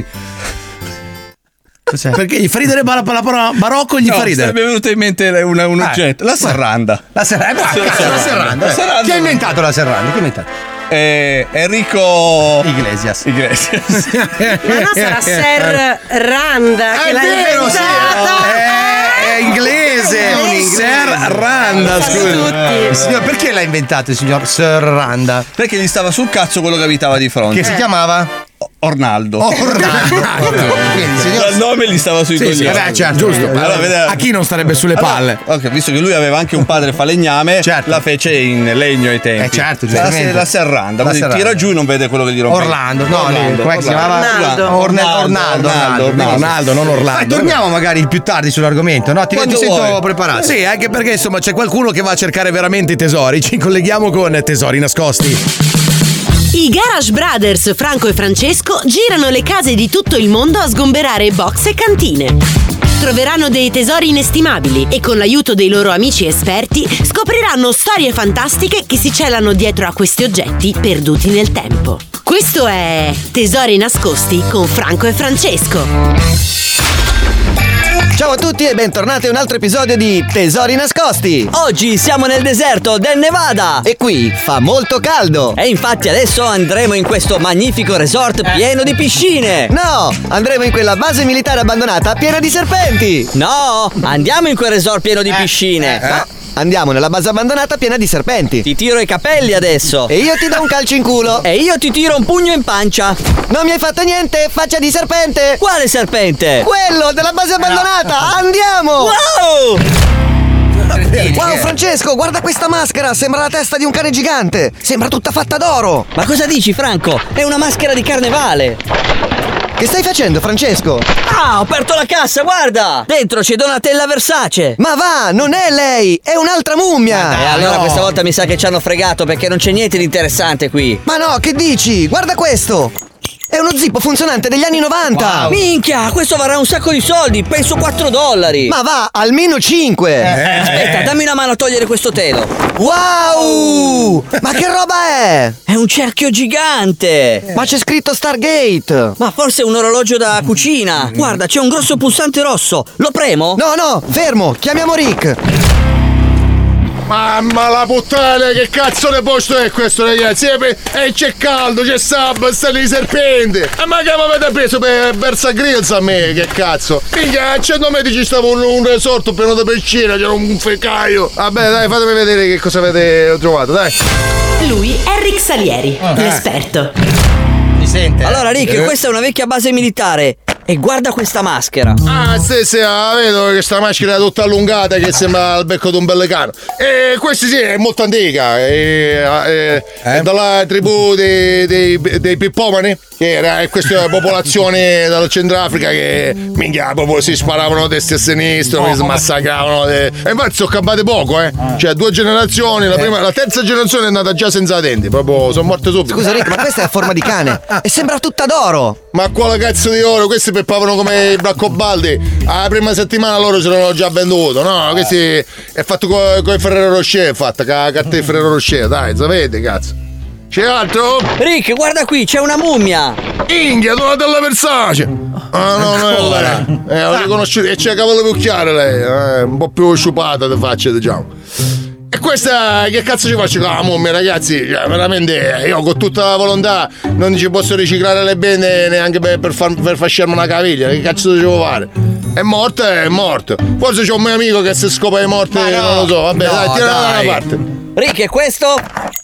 Cos'è? Perché gli fa ridere bar- la parola barocco, gli No, fa ridere. sarebbe venuto in mente un, un Eh. oggetto. La serranda. La serranda, Sì, la serranda. La serranda. Chi ha inventato la serranda? Chi ha inventato? Eh, Enrico Iglesias. Iglesias. Ma no, sarà Ser Randa che È l'ha vero, sì. inventata. È, è inglese, è un inglese. Ser Randa, scusa. Il signor, perché l'ha inventato il signor Sir Randa? Perché gli stava sul cazzo quello che abitava di fronte. Che si chiamava? Ornaldo. Oh, Orlando. Quindi, signor- Dal nome gli stava sui Sì, sì, coglioni. vabbè, certo. Giusto. Allora, vede- A chi non starebbe sulle Allora, palle? ok, visto che lui aveva anche un padre falegname, Certo. la fece in legno ai tempi. Eh, certo, la, giustamente. la serranda, La così serranda. tira giù e non vede quello che gli rompe. Orlando, no, Orlando, com'è che si chiamava? Ornaldo. Orne- Ornaldo, Ornaldo, No, Ronaldo, non Orlando. Eh, torniamo magari più tardi sull'argomento, no? Ti, ti Quando sento vuoi. preparato. Sì, anche perché insomma c'è qualcuno che va a cercare veramente i tesori. Ci colleghiamo con Tesori Nascosti. I Garage Brothers Franco e Francesco girano le case di tutto il mondo a sgomberare box e cantine. Troveranno dei tesori inestimabili e con l'aiuto dei loro amici esperti scopriranno storie fantastiche che si celano dietro a questi oggetti perduti nel tempo. Questo è Tesori Nascosti con Franco e Francesco. Ciao a tutti e bentornati a un altro episodio di Tesori nascosti. Oggi siamo nel deserto del Nevada e qui fa molto caldo. E infatti adesso andremo in questo magnifico resort pieno di piscine. No, andremo in quella base militare abbandonata piena di serpenti. No, andiamo in quel resort pieno di piscine. Eh. No, andiamo nella base abbandonata piena di serpenti. Ti tiro i capelli adesso. E io ti do un calcio in culo. E io ti tiro un pugno in pancia. Non mi hai fatto niente, faccia di serpente. Quale serpente? Quello della base abbandonata. Andiamo. Wow! Wow, Francesco, guarda questa maschera, sembra la testa di un cane gigante. Sembra tutta fatta d'oro. Ma cosa dici, Franco? È una maschera di carnevale. Che stai facendo, Francesco? Ah, ho aperto la cassa, guarda! Dentro c'è Donatella Versace. Ma va, non è lei, è un'altra mummia. E eh, allora no. Questa volta mi sa che ci hanno fregato perché non c'è niente di interessante qui. Ma no, che dici? Guarda questo! È uno zippo funzionante degli anni novanta. Wow. Minchia, questo varrà un sacco di soldi, penso quattro dollari. Ma va, almeno cinque. Eh. Aspetta, dammi una mano a togliere questo telo. Wow! Ma che roba è? È un cerchio gigante. Ma c'è scritto Stargate. Ma forse è un orologio da cucina. Guarda, c'è un grosso pulsante rosso. Lo premo? No, no, fermo, chiamiamo Rick. Mamma la puttana, che cazzo di posto è questo, ragazzi? E eh, c'è caldo, c'è sabato, stanno i serpenti. E ma che mi avete preso per Versa Grills a me, che cazzo? Minchia, a cento metri ci stava un, un resort pieno di piscina, c'era un fecaio. Vabbè, dai, fatemi vedere che cosa avete trovato, dai. Lui è Rick Salieri, ah. l'esperto. Mi sente? Allora, Rick, eh. questa è una vecchia base militare. E guarda questa maschera. Ah, sì, sì, ah, vedo che questa maschera è tutta allungata che sembra il becco di un pellicano. E questa sì, è molto antica. È, è, eh? è dalla tribù dei, dei, dei pippomani. Che era questa popolazione dal Centrafrica che minchia proprio si sparavano destra e a sinistra, oh, si massacravano. E infatti sono campate poco, eh. Cioè due generazioni, la prima, la terza generazione è andata già senza denti, proprio sono morte subito. Scusa Rick, ma questa è a forma di cane e sembra tutta d'oro. Ma quale cazzo di oro? Questi peppavano come i Braccobaldi. La prima settimana loro ce l'hanno già venduto, no? Questi è fatto con co Ferrero Rocher, è fatta con la carta di Ferrero Rocher, dai, sapete, cazzo. C'è altro? Rick, guarda qui, c'è una mummia. Inghia, Donatella Versace. Ah no, no, è lei. Eh, ho riconosciuto. E c'è cavallo più chiaro lei, eh, un po' più sciupata di faccia, diciamo. E questa che cazzo ci faccio con la mummia, ragazzi? Cioè, veramente io con tutta la volontà non ci posso riciclare le bende neanche per, per, far, per fasciarmi una caviglia. Che cazzo devo fare? È morta, è morto. Forse c'è un mio amico che se scopa di morte, no, non lo so. Vabbè, no, dai, tira da una parte. Rick, e questo?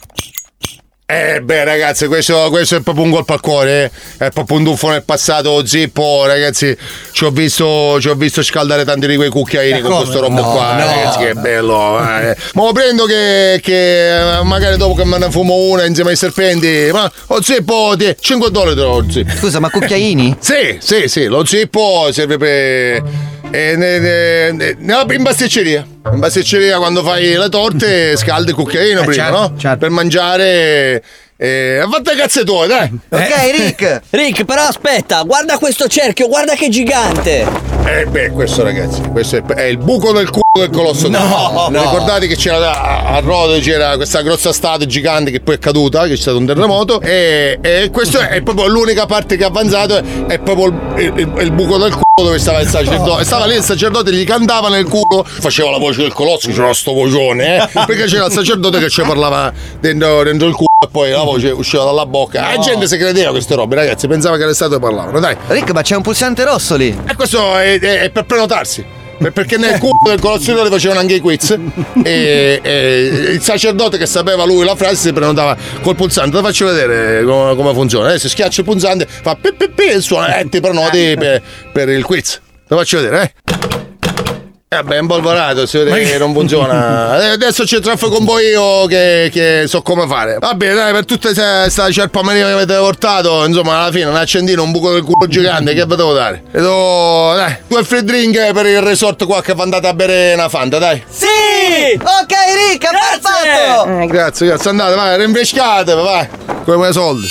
Eh beh ragazzi, questo, questo è proprio un colpo al cuore, eh? È proprio un tuffo nel passato, zippo, ragazzi. Ci ho visto, ci ho visto scaldare tanti di quei cucchiaini eh, con questo robo no, qua, no. Ragazzi, che bello. Eh. Ma lo prendo che, che magari dopo che me ne fumo una insieme ai serpenti. Ma oh zippo, ti, cinque dollari te lo zippo. Scusa, ma cucchiaini? Sì, sì, sì, lo zippo serve per. Eh, ne, ne, ne, in pasticceria. In pasticceria quando fai le torte scaldi il cucchiaino eh, prima, certo, no? Certo. Per mangiare. Eh, fatte cazze tue, dai. Ok, Rick. Rick, però aspetta, guarda questo cerchio, guarda che gigante. Eh beh, questo ragazzi, questo è, è il buco del culo del colosso. No, no. Ricordate che c'era a, a Rhodo c'era questa grossa statua gigante che poi è caduta, che c'è stato un terremoto. E, e questo è, è proprio l'unica parte che è avanzato, è, è proprio il, il, il buco del culo dove stava il sacerdote. Stava lì il sacerdote, gli cantava nel culo, faceva la voce del colosso, che c'era sto vocione, eh? Perché c'era il sacerdote che ci parlava dentro, dentro il culo e poi la voce usciva dalla bocca. No. La gente si credeva queste robe, ragazzi, pensava che le statue parlavano, dai. Rick, ma c'è un pulsante rosso lì. E questo è, è, è per prenotarsi. Perché nel culo del colossino facevano anche i quiz e, e il sacerdote che sapeva lui la frase si prenotava col pulsante. Ti faccio vedere come, come funziona. Adesso schiaccia il pulsante, fa pi pi pi e suona e ti prenoti per, per il quiz. Ti faccio vedere, eh. Vabbè, è impolverato, si vede che non funziona. Adesso c'è traffico un po' io che, che so come fare. Vabbè, dai, per tutta questa ciarpamaria che avete portato, insomma, alla fine un accendino, un buco del culo gigante, che vi devo dare? E do, dai, due free drink per il resort qua che vi andate a bere una Fanta, dai. Sì! Ok, Rick, perfetto! Grazie, grazie, andate, vai, rinfrescate, vai, con i miei soldi.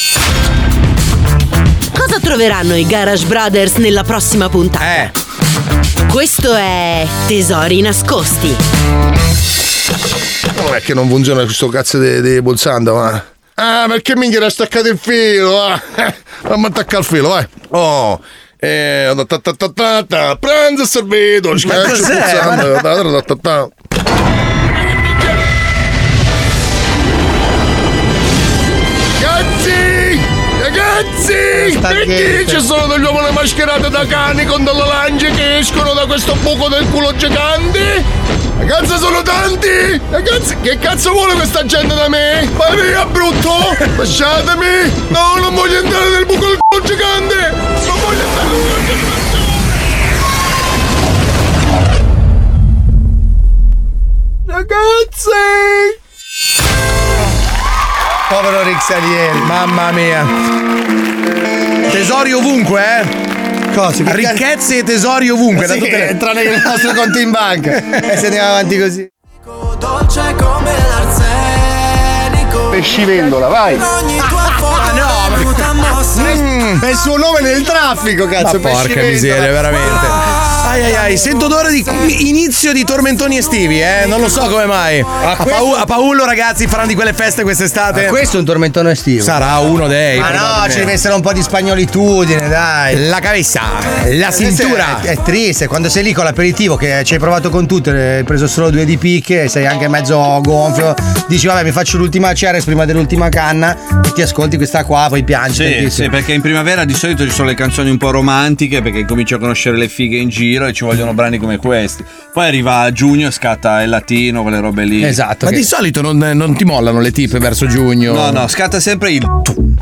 Cosa troveranno i Garage Brothers nella prossima puntata? Eh. Questo è Tesori nascosti. Non è che non funziona questo cazzo di, di pulsante, ma. Ah, perché minchia era staccato il filo? Ah. Fammi attaccare il filo, vai. Oh. Eh, ta ta ta ta ta, pranzo servito, schiaccio cos'è? pulsante, ta ta ta ta. Ragazzi! Ragazzi! Perché ci sono degli uomini mascherati da cani con delle lance che escono da questo buco del culo gigante? Ragazzi, sono tanti! Ragazzi, che cazzo vuole questa gente da me? Vai via, brutto! Lasciatemi! No, non voglio entrare nel buco del culo gigante! Non voglio entrare nel buco gigante! Ragazzi! Povero Rick Salieri, mamma mia. Tesori ovunque, eh? Cosa? Ricchezze e tesori ovunque. Sì, da tutte le... entra nel nostro conto in banca. E se andiamo avanti così. Dolce come l'arsenico. Pescivendola, vai. Ah no, Mm, è il suo nome nel traffico, cazzo. Ma porca Pescivendola. miseria, veramente. Ai ai ai, sento odore di inizio di tormentoni estivi, eh? Non lo so come mai. A, Pau- a Paolo, ragazzi, faranno di quelle feste quest'estate. Ma questo è un tormentone estivo. Sarà uno dei. Ma no, ci deve essere un po' di spagnolitudine, dai. La cabeza, la cintura. È, è triste, quando sei lì con l'aperitivo che ci hai provato con tutte, hai preso solo due di picche e sei anche mezzo gonfio. Dici, vabbè, mi faccio l'ultima Ceres prima dell'ultima canna e ti ascolti questa qua, poi piangi. Sì, tantissimo. sì, perché in primavera di solito ci sono le canzoni un po' romantiche perché cominci a conoscere le fighe in giro e ci vogliono brani come questi. Poi arriva a giugno e scatta il latino, quelle robe lì. Esatto. Ma di solito non, non ti mollano le tipe verso giugno. No, no, scatta sempre il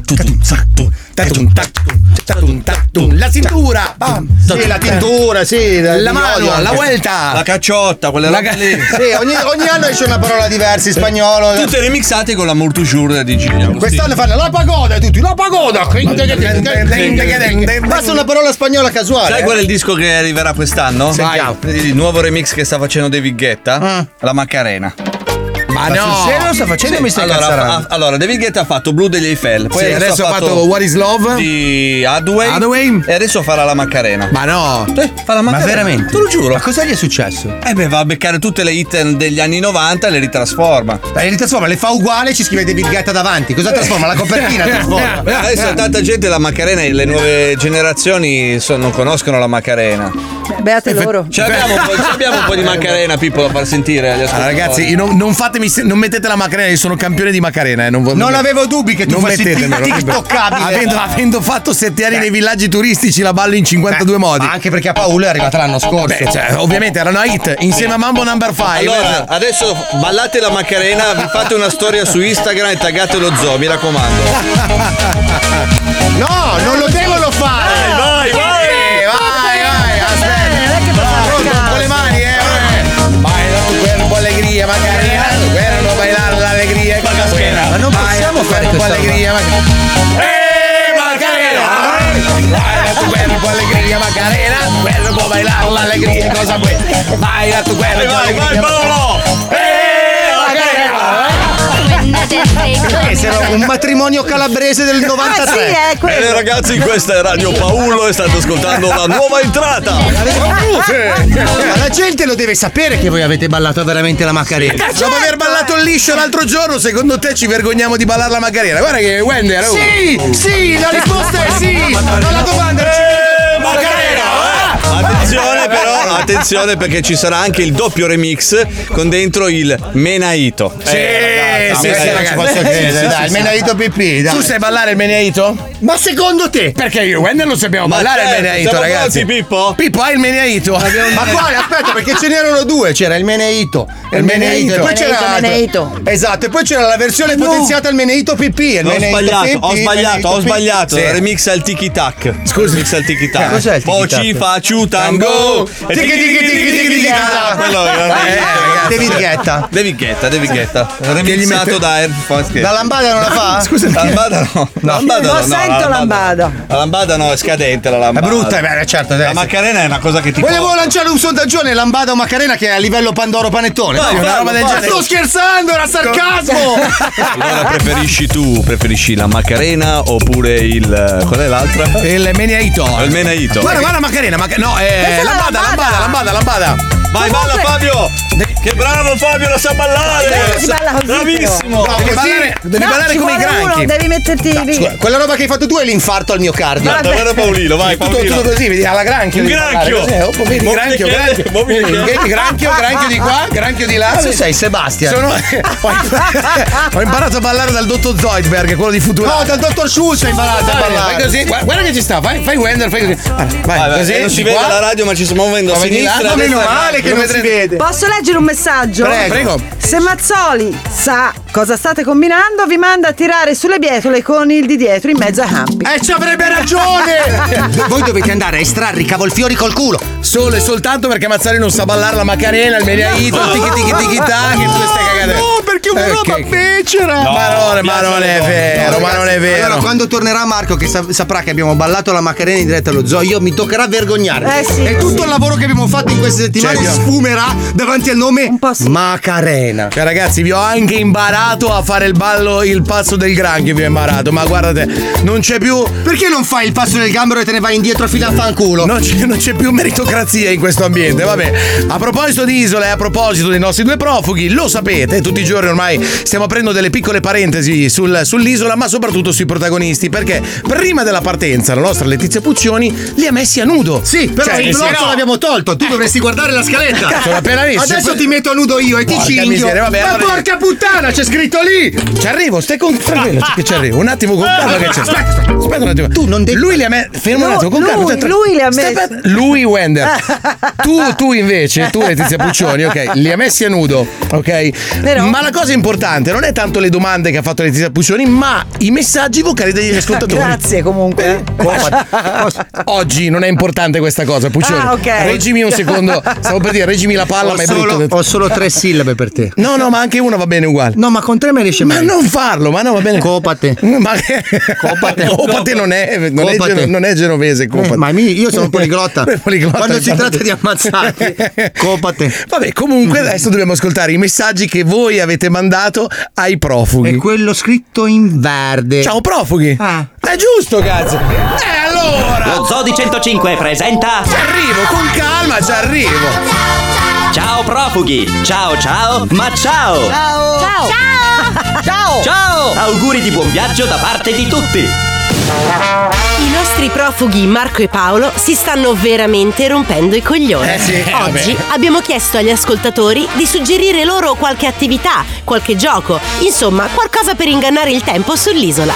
la cintura. Sì, la tintura, sì. La mano, la vuelta. la cacciotta, quelle robe lì. Sì, ogni, ogni anno esce una parola diversa in spagnolo. Tutte remixate con la Mortu Jour di Gigi Agostini. Quest'anno fanno la pagoda e tutti la pagoda. Basta una parola spagnola casuale. Sai qual è il disco che arriverà quest'anno? Sentiamo. Vai. Il nuovo remix che sta facendo David Guetta? La Macarena. Ma Ma no! sul serio lo sta facendo o mi stai allora, incazzando? ha- allora, David Guetta ha fatto Blue degli Eiffel. Poi Sì, adesso ha fatto What is Love di Hathaway, Hathaway. e adesso farà la Macarena. Ma no! Eh, fa la Ma Macarena. veramente? Te lo giuro. Ma cosa gli è successo? Eh beh, va a beccare tutte le hit degli anni novanta e le ritrasforma. Ma le ritrasforma, le fa uguale e ci scrive David Guetta davanti. Cosa trasforma? La copertina trasforma. Eh, Adesso tanta gente la Macarena e le nuove generazioni so- non conoscono la Macarena. Beate loro. Ce l'abbiamo un po', ce l'abbiamo un po' di Macarena, Pippo, da far sentire agli Allora, ascoltatori. ragazzi, io non, non fatemi se- non mettete la Macarena, io sono campione di Macarena. Eh, non, vo- Non avevo dubbi che tu non fossi mettetemelo, tiktokabile. avendo, avendo fatto sette anni nei villaggi turistici, la ballo in cinquantadue modi. Ma anche perché a Paolo è arrivata l'anno scorso. Beh, cioè, ovviamente era una hit insieme a Mambo Number five. Allora, adesso ballate la Macarena, vi fate una storia su Instagram e taggate lo zoo, mi raccomando. No, non lo devono fare. Vai, vai, vai. vai, vai, aspetta. Pronto, con le mani, eh. Baila tu cuerpo alegría, Macarena. Tu cuerpo bailar la alegría. Ma non possiamo fare un po' questa alegría, Macarena. Eh, Macarena. Baila tu cuerpo alegría, Macarena. Tu cuerpo bailar la alegría. Cosa vuoi? Baila tu cuerpo Vai, vai, vai, alegría. Paolo. Eh, Macarena. Che sarà un matrimonio calabrese del novantatré. Ah, sì, è quello. Bene ragazzi, questa è Radio Paolo e state ascoltando la nuova entrata. Ma la gente lo deve sapere che voi avete ballato veramente la Macarena. Dopo aver ballato il liscio l'altro giorno, secondo te ci vergogniamo di ballare la Macarena? Guarda che Wender. oh. Sì, sì, la risposta è sì. Ma la domanda è Eh, Macarena! Attenzione però, attenzione perché ci sarà anche il doppio remix con dentro il Menaito. Sì, Eh, sì, ragazzi, sì, non ci ragazzi. posso credere, sì, dai, il sì, Menaito pipì, dai. Tu sai ballare il Meneaito? Ma secondo te? Perché io e Wender non sappiamo Ma ballare certo, il Meneaito, siamo ragazzi. pronti, Pippo? Pippo, hai il Meneaito? Ma quale? Aspetta, perché ce n'erano due. C'era il Meneito e il Meneito. E poi Meneito, c'era l'altro. Meneito. Esatto, e poi c'era la versione No. potenziata al Meneito pipì. Il Ho Meneito sbagliato, pipì, ho il sbagliato, Meneito ho pipì. sbagliato. Sì. Remix al tiki tac. Scusi. Remix al tiki tac. Cos'è il Poi tiki-tac? ci faccio tango. E Tiki tiki tiki tiki tiki tac. Quello era- Eh, ragazzi. David Guetta. David Guetta, David Guetta. Remixato da Air Force. La lambada non la fa? Scusa, La lambada no. La lambada Non no, no, sento la lambada. La lambada no, è scadente la È lambada. brutta, eh, beh, certo. La adesso. Macarena è una cosa che ti Volevo lanciare un sondaggione lambada o Macarena che è a livello Pandoro Panettone. Vai, Dai, una fallo, roba del fallo. genere. Sto scherzando, era sarcasmo. Allora preferisci tu, preferisci la Macarena oppure il qual è l'altra? Il Meneaito. Il Menaito. Guarda, guarda Macarena, Maca- no, eh, Questa è la lambada, lambada. lambada, lambada, lambada. Vai, Comunque- balla Fabio! Che bravo Fabio, lo sa ballare! Si balla così, Bravissimo! però. Devi ballare, devi No, ballare ci come i vuole granchi. uno, devi metterti lì. Scusa, quella roba che hai fatto tu è l'infarto al miocardio. Vabbè. Davvero Paolino, vai tutto, Paolino. tutto così, vedi, alla granchio. Un devi granchio. ballare così. Oh, vedi, Mo' mi granchio, chiede- granchio. mo' mi Vedi, chiede. granchio, granchio di qua, granchio di là. Tu sei Sebastian. Sono- ho, ho imparato a ballare dal dottor Zoidberg, quello di Futurama. No, dal dottor Schulz hai imparato a Vai, ballare. Fai così, guarda, guarda che ci sta, fai, fai Wender, fai così. Vai, vai, Vai, vai, così. non si di vede qua. la radio, ma ci stiamo muovendo a Vai di là. sinistra. No, a meno destra, male a che non si vede. Posso leggere un messaggio? Prego. Prego. Se Mazzoli sa cosa state combinando, vi manda a tirare sulle bietole con il di dietro in mezzo a campi. E ci avrebbe ragione! Voi dovete andare a estrarre i cavolfiori col culo. Solo e soltanto perché Mazzari non sa ballare la Macarena, il Meniaito, il tiki tiki tiki tac e tutte queste cagate. No, perché una Eh, roba che- becera. No, ma non, ma non è vero, No, ma non è ragazzi, vero. Allora, quando tornerà Marco, che sa- saprà che abbiamo ballato la Macarena in diretta allo zoo, io mi toccherà vergognare. Eh sì. E tutto il lavoro che abbiamo fatto in queste settimane Cioè, io- sfumerà davanti al nome Macarena. Cioè, ragazzi, vi ho anche imparato a fare il ballo, il passo del granchio, vi ho imparato, ma guardate, non c'è più. Perché non fai il passo del gambero e te ne vai indietro fino a fanculo? Non c'è, non c'è più meritocrazia in questo ambiente, vabbè. A proposito di isole e a proposito dei nostri due profughi, lo sapete, tutti i giorni ormai stiamo aprendo delle piccole parentesi sul- sull'isola, ma soprattutto sui protagonisti, perché prima della partenza la nostra Letizia Puccioni li ha messi a nudo. Sì, però Cioè, il sì, blocco no. l'abbiamo tolto. Tu dovresti guardare la scaletta. Cazzo, l'ho appena visto. Adesso ti metto a nudo io e ti Porca cinghio. miseria, vabbè, Ma allora- porca puttana, c'è scritto lì. Ci arrivo, stai con tranquillo che ci arrivo. Un attimo con calma che c'è. Aspetta, aspetta, aspetta un attimo. Tu non devi. Lui li ha messo. Fermo un No, attimo, con calma. lui, Aspetta. lui li ha Stai- messi. aspetta. Lui Wender. Tu, tu invece, tu Letizia Puccioni, ok, li ha messi a nudo, ok? Però- Ma la cosa importante non è tanto le domande che ha fatto Letizia Puccioni, ma i messaggi vocali degli ascoltatori. Grazie comunque. Oggi non è importante questa cosa, Puccioni. Ah, ok. Reggimi un secondo. Stavo per dire, reggimi la palla, Ho ma è solo, brutto. ho solo tre sillabe per te. No, no, ma anche una va bene uguale. No, ma con tre me riesce Ma meglio. non farlo, ma no, va bene. Copate. Ma che... Copate. Copate non è, non è, Copate. geno- non è genovese, Copate. Eh, ma mi- io sono poliglotta. Poliglotta, Quando si infatti. tratta di ammazzarti, copate. Vabbè, comunque adesso dobbiamo ascoltare i messaggi che voi avete mandato ai profughi. È quello scritto in verde. Ciao profughi. Ah. È giusto, cazzo. E allora? Lo Zoo di centocinque presenta. Ci arrivo, con calma, ci arrivo. Ciao profughi! Ciao ciao, ma ciao! Ciao. Ciao. Ciao. Ciao! Auguri di buon viaggio da parte di tutti! I nostri profughi Marco e Paolo si stanno veramente rompendo i coglioni. Eh sì, eh, Oggi vabbè. abbiamo chiesto agli ascoltatori di suggerire loro qualche attività, qualche gioco, insomma qualcosa per ingannare il tempo sull'isola.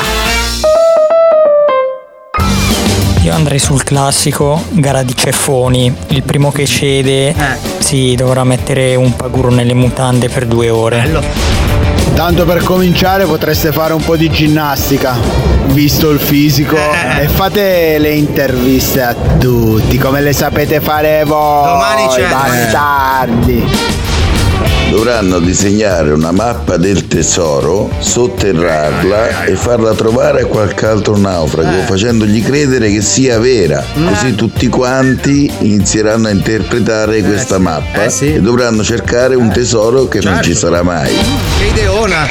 Io andrei sul classico gara di ceffoni. Il primo che cede si dovrà mettere un paguro nelle mutande per due ore. Tanto per cominciare potreste fare un po' di ginnastica, visto il fisico, e fate le interviste a tutti, come le sapete fare voi, Domani c'è. bastardi. Dovranno disegnare una mappa del tesoro, sotterrarla e farla trovare a qualche altro naufrago, facendogli credere che sia vera. Così tutti quanti inizieranno a interpretare questa mappa e dovranno cercare un tesoro che non ci sarà mai. Che ideona.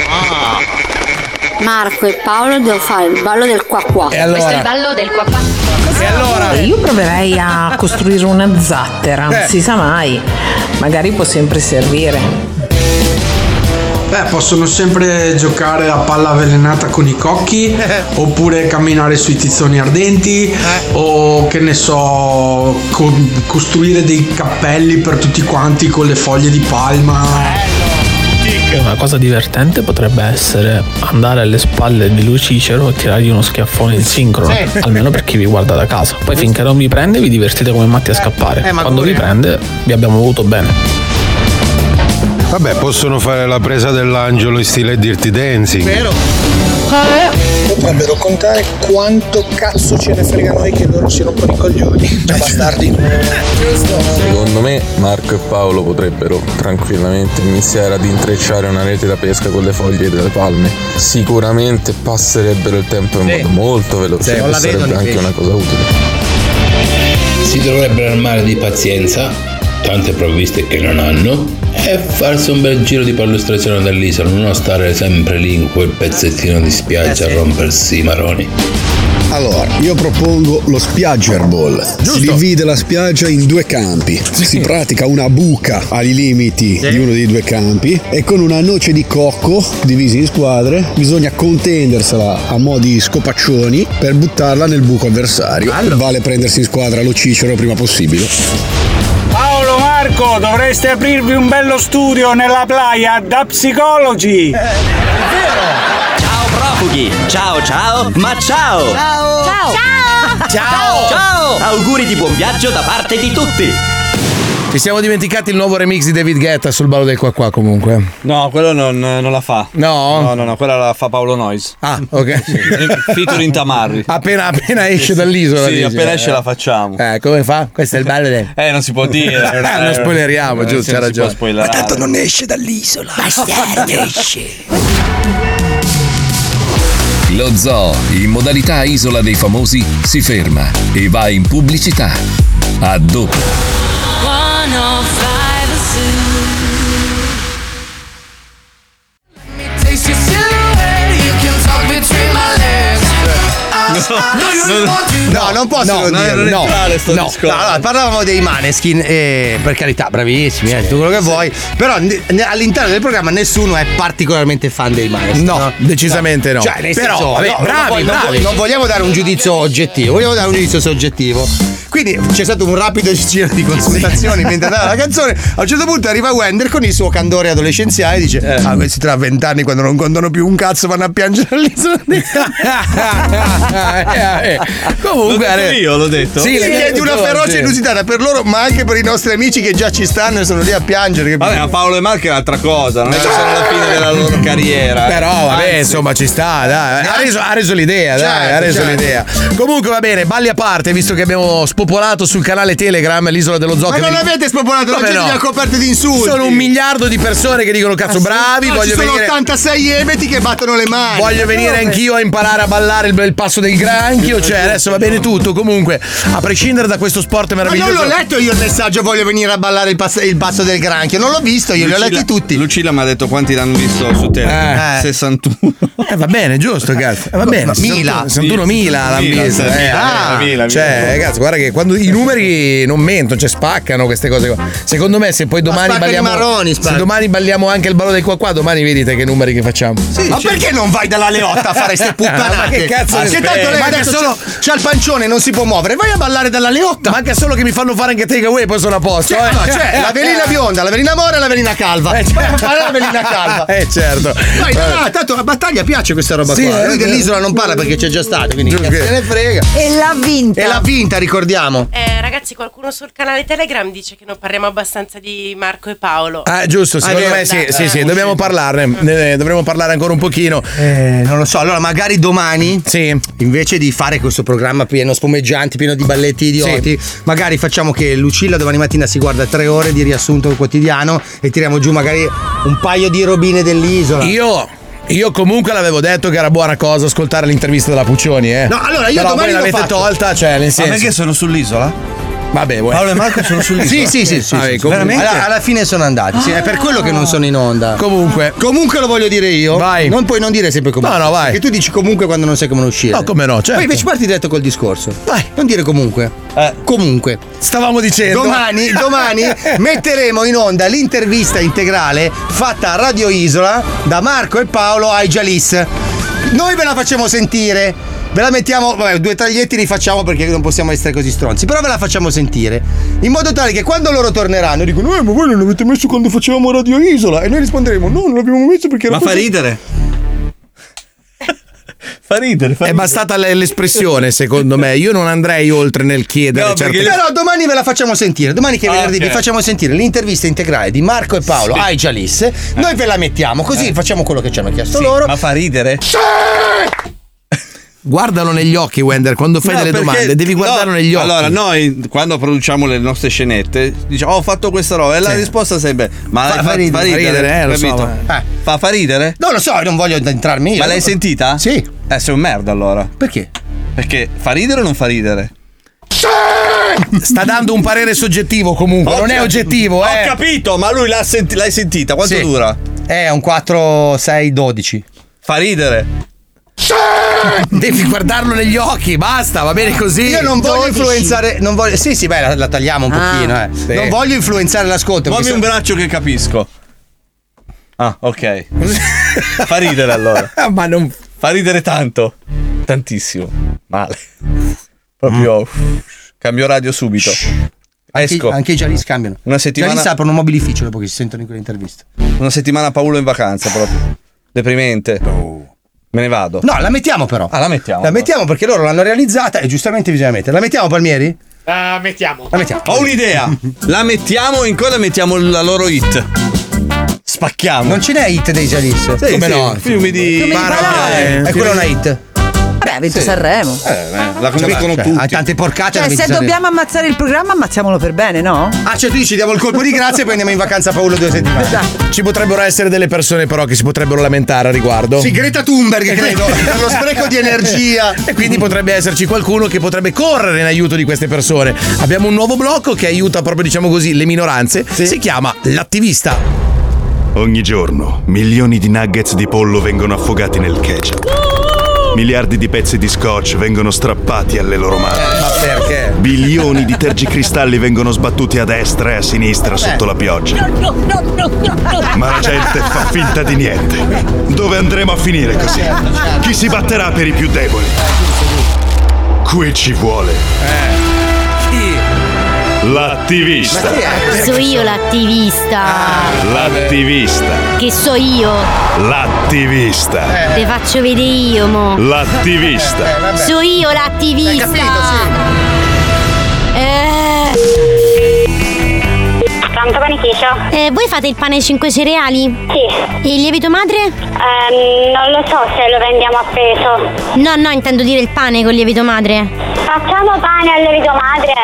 Marco e Paolo devo fare il ballo del qua qua. E allora? Questo è il ballo del qua qua. E allora? Io proverei a costruire una zattera, non Eh. si sa mai, magari può sempre servire. Beh, possono sempre giocare a palla avvelenata con i cocchi, oppure camminare sui tizzoni ardenti, o che ne so, co- costruire dei cappelli per tutti quanti con le foglie di palma. Una cosa divertente potrebbe essere andare alle spalle di lui Cicero e tirargli uno schiaffone in sincrono, Sì. almeno per chi vi guarda da casa. Poi finché non vi prende vi divertite come matti a scappare. eh, ma Quando vi pure. prende vi abbiamo voluto bene. Vabbè, possono fare la presa dell'angelo in stile Dirty Dancing. Vero? Potrebbero contare quanto cazzo ce ne frega noi che loro si rompono i coglioni. Ciao bastardi. Secondo me Marco e Paolo potrebbero tranquillamente iniziare ad intrecciare una rete da pesca con le foglie delle palme. Sicuramente passerebbero il tempo in Sì. modo molto veloce, Sì, non e la sarebbe vedono i anche pesci. una cosa utile. Si dovrebbero armare di pazienza, tante provviste che non hanno, e farsi un bel giro di perlustrazione dell'isola, non stare sempre lì in quel pezzettino di spiaggia a rompersi i maroni. Allora, io propongo lo spiagger ball. Giusto. Si divide la spiaggia in due campi. Sì. Si pratica una buca ai limiti Sì. di uno dei due campi e con una noce di cocco divisi in squadre bisogna contendersela a mo' di scopaccioni per buttarla nel buco avversario. Vale prendersi in squadra lo cicero prima possibile. Paolo, Marco, dovreste aprirvi un bello studio nella playa da Psychology. Ciao profughi, ciao ciao, ma ciao! Ciao! Ciao! Ciao! Ciao! Auguri di buon viaggio da parte di tutti! Ci siamo dimenticati il nuovo remix di David Guetta sul ballo del qua qua comunque. No, quello non, non la fa. No? No, no, no, quella la fa Paolo Noyes. Ah, ok. Sì, featuring Tamarri. Appena, appena esce dall'isola. Sì, dici, appena eh. esce la facciamo. Eh, come fa? Questo è il ballo del... Eh, non si può dire. Eh, non spoileriamo, Eh, giusto, sì, c'ha non si ragione. può spoilerare. Ma tanto non esce dall'isola. Bastardo. esce. Lo zoo, in modalità Isola dei Famosi, si ferma e va in pubblicità. A dopo. No, non posso No, non no, dirlo. non No, entrare sto no. discorso. No, allora, parlavamo dei Maneskin e per carità, bravissimi, eh, tutto quello che vuoi. Però ne- ne- all'interno del programma nessuno è particolarmente fan dei Maneskin. No, decisamente no. Cioè, nel Però, senso, vabbè, no, bravi, non, vog- non bravi. vog- non vogliamo dare un giudizio oggettivo, vogliamo dare un giudizio soggettivo. Quindi c'è stato un rapido giro di consultazioni mentre andava la canzone. A un certo punto arriva Wender con il suo candore adolescenziale e dice: ah, questi tra vent'anni, quando non contano più un cazzo, vanno a piangere all'isola. Eh, eh. Comunque, L'ho detto io, l'ho detto. Sì, l'hai è di una detto, ferocia sì. inusitata per loro, ma anche per i nostri amici che già ci stanno e sono lì a piangere. capito? Vabbè, ma Paolo e Marco è un'altra cosa, non è che sono alla fine della loro carriera. Però vabbè, Anzi. insomma, ci sta, dai. Ha reso, ha reso l'idea, dai, Certo, ha reso certo. l'idea. Comunque va bene, balli a parte, visto che abbiamo spopolato sul canale Telegram l'isola dello zoo. Ma che non vi- avete spopolato, la Come gente no? vi ha coperto di insulti. Sono un miliardo di persone che dicono cazzo bravi, No, voglio ci sono venire. ottantasei ebeti che battono le mani. Voglio venire anch'io a imparare a ballare il, il passo del granchio. Cioè, adesso va bene tutto. Comunque, a prescindere da questo sport Ma meraviglioso. non l'ho letto io il messaggio, voglio venire a ballare il, pass- il passo del granchio. Non l'ho visto io, li ho Lucilla- letti tutti. Lucilla mi ha detto quanti l'hanno visto su Telegram. Eh. sessantuno. Eh, va bene, giusto, cazzo. Eh, va bene. Ma mila. sessantunomila l'hanno Mila, visto. sì, eh. mila, Ah, mila, cioè, mila. ragazzi, guarda che quando i numeri non mentono, cioè spaccano queste cose qua. Secondo me, se poi domani spaccano i balliamo. marroni, se spaccano. domani balliamo anche il ballo del qua qua, domani vedete che numeri che facciamo. Ma perché non vai dalla Leotta a fare ste puttanate? Ma che cazzo ne Che speri? tanto lei Ma che adesso solo- c'ha, c'ha il pancione, non si può muovere. Vai a ballare dalla Leotta. Manca solo che mi fanno fare anche takeaway, poi sono a posto. Cioè, eh. no, c'è la velina bionda, la velina mora e la velina calva. Eh, Vai a fare la velina calva. Eh, certo. Vai, no, no, tanto a battaglia piace questa roba Sì, qua. eh, Lui dell'isola non parla perché c'è già stato, quindi Giusto cazzo che- se ne frega. E l'ha vinta. E l'ha vinta, ricordiamo. Eh, ragazzi, qualcuno sul canale Telegram dice che non parliamo abbastanza di Marco e Paolo. Ah, giusto, secondo Ah, me vero. sì, Dai, sì, eh, sì, dobbiamo parlarne. Ne- dovremo parlare ancora un pochino. Eh, non lo so, allora magari domani, Sì. invece di fare questo programma pieno spumeggianti, pieno di balletti idioti, magari facciamo che Lucilla domani mattina si guarda tre ore di riassunto quotidiano e tiriamo giù magari un paio di robine dell'isola. Io Io comunque l'avevo detto che era buona cosa ascoltare l'intervista della Puccioni, eh. No, allora io Però domani voi l'ho l'avete fatto. tolta, cioè nel senso. Ma perché sono sull'isola? Vabbè, vuoi. Paolo e Marco sono sull'isola? Sì, sì, sì, sì, Vabbè, sì, sì. comunque- Alla, alla fine sono andati, sì, è per quello che non sono in onda. Comunque. Comunque lo voglio dire io. Vai. Non puoi non dire sempre comunque. No, no, vai. Perché tu dici comunque quando non sai come uscire. No, come no, certo. Poi invece parti diretto col discorso. Vai. Non dire comunque. Eh. Comunque. Stavamo dicendo. Domani, domani metteremo in onda l'intervista integrale fatta a Radio Isola da Marco e Paolo ai Jalis. Noi ve la facciamo sentire. Ve la mettiamo, vabbè, due taglietti li facciamo perché non possiamo essere così stronzi. Però ve la facciamo sentire. In modo tale che quando loro torneranno dicono: Eh, ma voi non l'avete messo quando facevamo Radio Isola? E noi risponderemo: No, non l'abbiamo messo perché era Ma fa così." ridere. Fa ridere, fa È bastata l- l'espressione, secondo me. Io non andrei oltre nel chiedere No, certe perché- Però domani ve la facciamo sentire. Domani che è Ah, venerdì ok. vi facciamo sentire l'intervista integrale di Marco e Paolo ai Jalis. Noi ve la mettiamo così facciamo quello che ci hanno chiesto Sì, loro. ma fa ridere? Guardalo negli occhi, Wender, quando fai No, delle perché- domande, devi guardarlo no, negli occhi. Allora, noi quando produciamo le nostre scenette, diciamo, "Oh, ho fatto questa roba", e la Sì. risposta è sempre: "Ma Fa- fa, fa fa ridere, ridere, fa ridere, eh, lo so, capito? ma- Eh. Fa, fa ridere? Non lo so, non voglio entrarmi io. Ma l'hai sentita? Sì. Eh, sei un merda allora. Perché? Perché fa ridere o non fa ridere? Sta dando un parere soggettivo comunque, non è oggettivo, Ho eh. capito, ma lui l'ha senti- l'hai sentita? Quanto Sì. dura? È un quattro, sei, dodici. Fa ridere. Devi guardarlo negli occhi, basta, va bene così. Io non voglio influenzare. Non voglio, sì, sì, beh, la, la tagliamo un Ah, pochino, eh. sì. Non voglio influenzare l'ascolto. Muovi perché un so- braccio che capisco. Ah, ok. Fa ridere allora. Ma non. Fa ridere tanto. Tantissimo. Male. Proprio. Cambio radio subito. Anche, Esco. anche i Jalis cambiano. Una Già settimana. lì si aprono un mobilificio dopo che si sentono in quell'intervista. Una settimana Paolo in vacanza proprio. Deprimente. Me ne vado. No, la mettiamo però. Ah, la mettiamo. La mettiamo perché loro l'hanno realizzata e giustamente bisogna metterla. La mettiamo, Palmieri? La mettiamo. La mettiamo. Ho un'idea. La mettiamo in coda, mettiamo la loro hit. Spacchiamo. Non ce n'è hit dei Jalis? Sì, Come sì, no? fiumi di Fiumi di parole. parole. È quella una hit. Beh, ha vinto Sì. Sanremo. Eh, eh, la conoscono Cioè, tutti. ha tante porcate. Cioè, da se vinto dobbiamo ammazzare il programma, ammazziamolo per bene, no? Ah, cioè tu dici diamo il colpo di grazia e poi andiamo in vacanza a Paolo due settimane. Ci potrebbero essere delle persone però che si potrebbero lamentare a riguardo. Sì, Greta Thunberg credo, per lo spreco di energia. E quindi potrebbe esserci qualcuno che potrebbe correre in aiuto di queste persone. Abbiamo un nuovo blocco che aiuta proprio, diciamo così, le minoranze. Si chiama L'attivista. Ogni giorno milioni di nuggets di pollo vengono affogati nel ketchup. Miliardi di pezzi di scotch vengono strappati alle loro mani. Ma perché? Bilioni di tergicristalli vengono sbattuti a destra e a sinistra sotto la pioggia. Ma la gente fa finta di niente. Dove andremo a finire così? Chi si batterà per i più deboli? Qui ci vuole l'attivista. So io l'attivista. L'attivista. Che so io. L'attivista. Te faccio vedere io, mo. L'attivista. So io l'attivista. Eh. Pronto, panificio? Eh, voi fate il pane cinque cereali? Sì. E il lievito madre? Ehm, non lo so se lo vendiamo a peso. No, no, intendo dire il pane con lievito madre. Facciamo pane al lievito madre?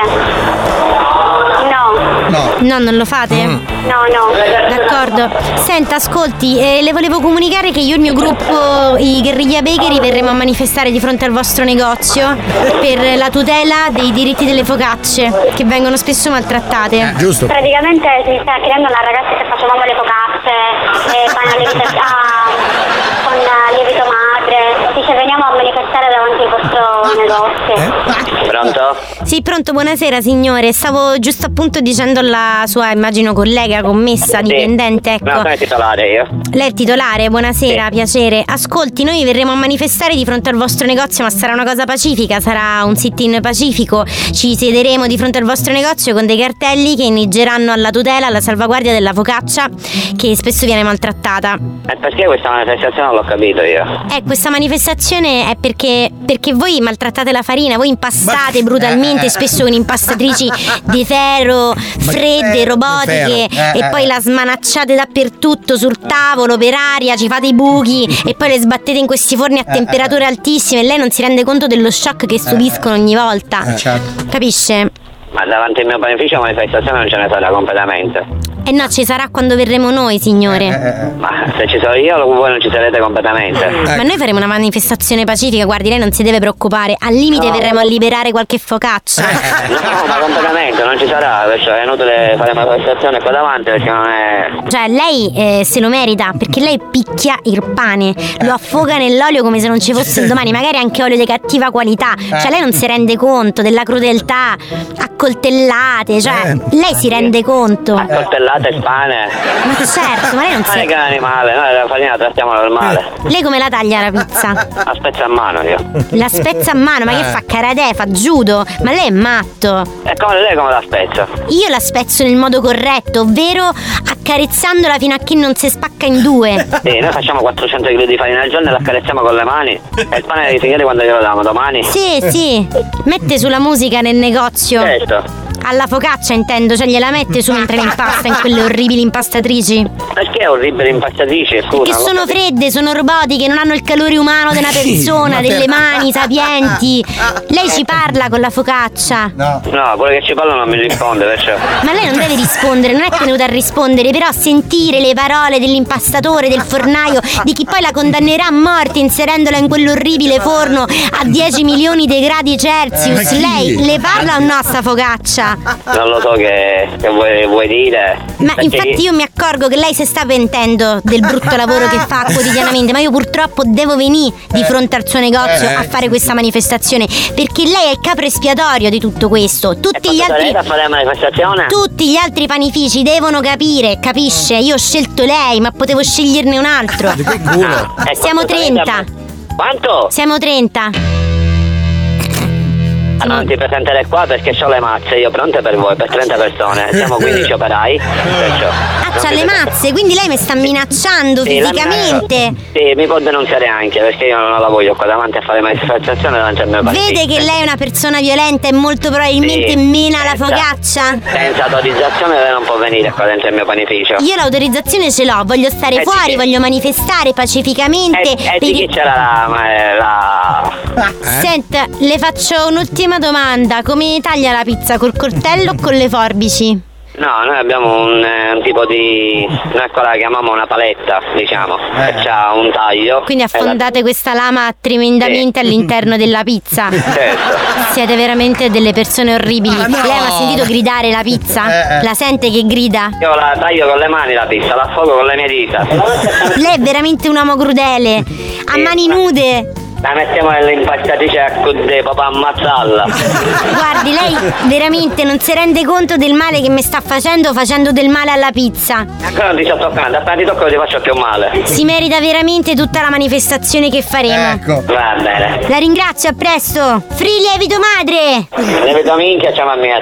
No. No. No, non lo fate? No, no. D'accordo. Senta, ascolti, eh, le volevo comunicare che io e il mio gruppo, i Guerriglia Bakery, verremo a manifestare di fronte al vostro negozio per la tutela dei diritti delle focacce, che vengono spesso maltrattate. Giusto. Praticamente si sta chiedendo una ragazza se facevamo le focacce e pane al lievito ah, con lievito madre. Dice veniamo a manifestare davanti al vostro negozio. Pronto? Sì, pronto, buonasera signore. Stavo giusto appunto dicendo alla sua, immagino, collega, commessa, dipendente, ecco. No, sono il titolare io. Lei è il titolare, buonasera, piacere. Ascolti, noi verremo a manifestare di fronte al vostro negozio, ma sarà una cosa pacifica, sarà un sit-in pacifico. Ci siederemo di fronte al vostro negozio con dei cartelli che inneggeranno alla tutela, alla salvaguardia della focaccia che spesso viene maltrattata. E perché questa manifestazione non l'ho capito io? Eh, questa manifestazione è perché, perché voi maltrattate la farina, voi impastate brutalmente, spesso con impastatrici di ferro, fredde, robotiche, ferro. e poi la smanacciate dappertutto sul tavolo per aria, ci fate i buchi e poi le sbattete in questi forni a temperature altissime e lei non si rende conto dello shock che subiscono ogni volta. Capisce? Ma davanti al mio beneficio la manifestazione non ce ne sarà completamente. Eh no, ci sarà quando verremo noi, signore. Ma se ci sono io, voi non ci sarete completamente. Ma noi faremo una manifestazione pacifica, guardi, lei non si deve preoccupare. Al limite No. verremo a liberare qualche focaccia. No, ma completamente, non ci sarà, perciò è inutile fare una manifestazione qua davanti perché non è. Cioè, lei eh, se lo merita, perché lei picchia il pane, lo affoga nell'olio come se non ci fosse il domani, magari anche olio di cattiva qualità. Cioè, lei non si rende conto della crudeltà, accoltellate, cioè, lei si rende conto. Coltellate il pane. Ma certo, ma lei non Ma si... che è animale, noi la farina la trattiamo normale. Lei come la taglia la pizza? La spezzo a mano io. La spezza a mano, ma che fa karate, fa judo? Ma lei è matto. E come lei come la spezza? Io la spezzo nel modo corretto, ovvero accarezzandola fino a che non si spacca in due. Sì, noi facciamo quattrocento chili di farina al giorno e la accarezziamo con le mani. E il pane devi finire quando glielo diamo, domani? Sì, sì. Mette sulla musica nel negozio. Certo. Alla focaccia intendo, cioè gliela mette su mentre le impasta in quelle orribili impastatrici. Perché è orribile impastatrici, scusa? Che non lo sono capisco. fredde, sono robotiche, non hanno il calore umano della persona, Ma delle per- mani sapienti. Lei ci parla con la focaccia. No. No, quello che ci parla non mi risponde, perciò. Ma lei non deve rispondere, non è tenuta a rispondere, però sentire le parole dell'impastatore, del fornaio, di chi poi la condannerà a morte inserendola in quell'orribile forno a dieci milioni di gradi Celsius. Eh, ma chi? Lei le parla o no sta focaccia? pizza. Non lo so che, che vuoi, vuoi dire. Ma Perché- infatti io mi accorgo che lei si sta pentendo del brutto lavoro che fa quotidianamente, ma io purtroppo devo venire di fronte al suo negozio Eh. a fare questa manifestazione, perché lei è il capo espiatorio di tutto questo. Tutti gli altri a fare la manifestazione? Tutti gli altri panifici devono capire, capisce? Io ho scelto lei, ma potevo sceglierne un altro. Di che culo? Eh, Siamo quanto trenta. sarete? Quanto? Siamo trenta. Ah, non ti presenterei qua perché ho le mazze, io pronte per voi, per trenta persone. Siamo quindici operai. Perciò. Ah, non c'ha ti le presen- mazze, quindi lei mi sta minacciando Sì, la fisicamente. minaccio. Sì, mi può denunziare anche perché io non la voglio qua davanti a fare manifestazione davanti al mio partito. Vede che lei è una persona violenta e molto probabilmente Sì, mena la senza- focaccia? Senza autorizzazione lei non può venire qua dentro il mio panificio. Io l'autorizzazione ce l'ho, voglio stare Eh, fuori, sì. voglio manifestare pacificamente. E eh, di chi c'era la... ma- la... Senta, le faccio un'ultima domanda. Come taglia la pizza? Col coltello o con le forbici? No, noi abbiamo un, eh, un tipo di... noi qua la chiamiamo una paletta, diciamo, che ha un taglio. Quindi e la- affondate questa lama tremendamente all'interno della pizza. Certo. Siete veramente delle persone orribili. Ah, no! Lei ha sentito gridare la pizza? Eh, eh. La sente che grida? Io la taglio con le mani la pizza, la sfogo con le mie dita. Lei è veramente un uomo crudele. A mani nude. La mettiamo nell'impastatrice a cudde, papà ammazzalla. Guardi, lei veramente non si rende conto del male che mi sta facendo facendo del male alla pizza. Ancora non ti sto toccando, appena ti tocco ti faccio più male. Si merita veramente tutta la manifestazione che faremo. Ecco. Va bene. La ringrazio, a presto. Free lievito madre. Le vedo minchia, ciao a mia.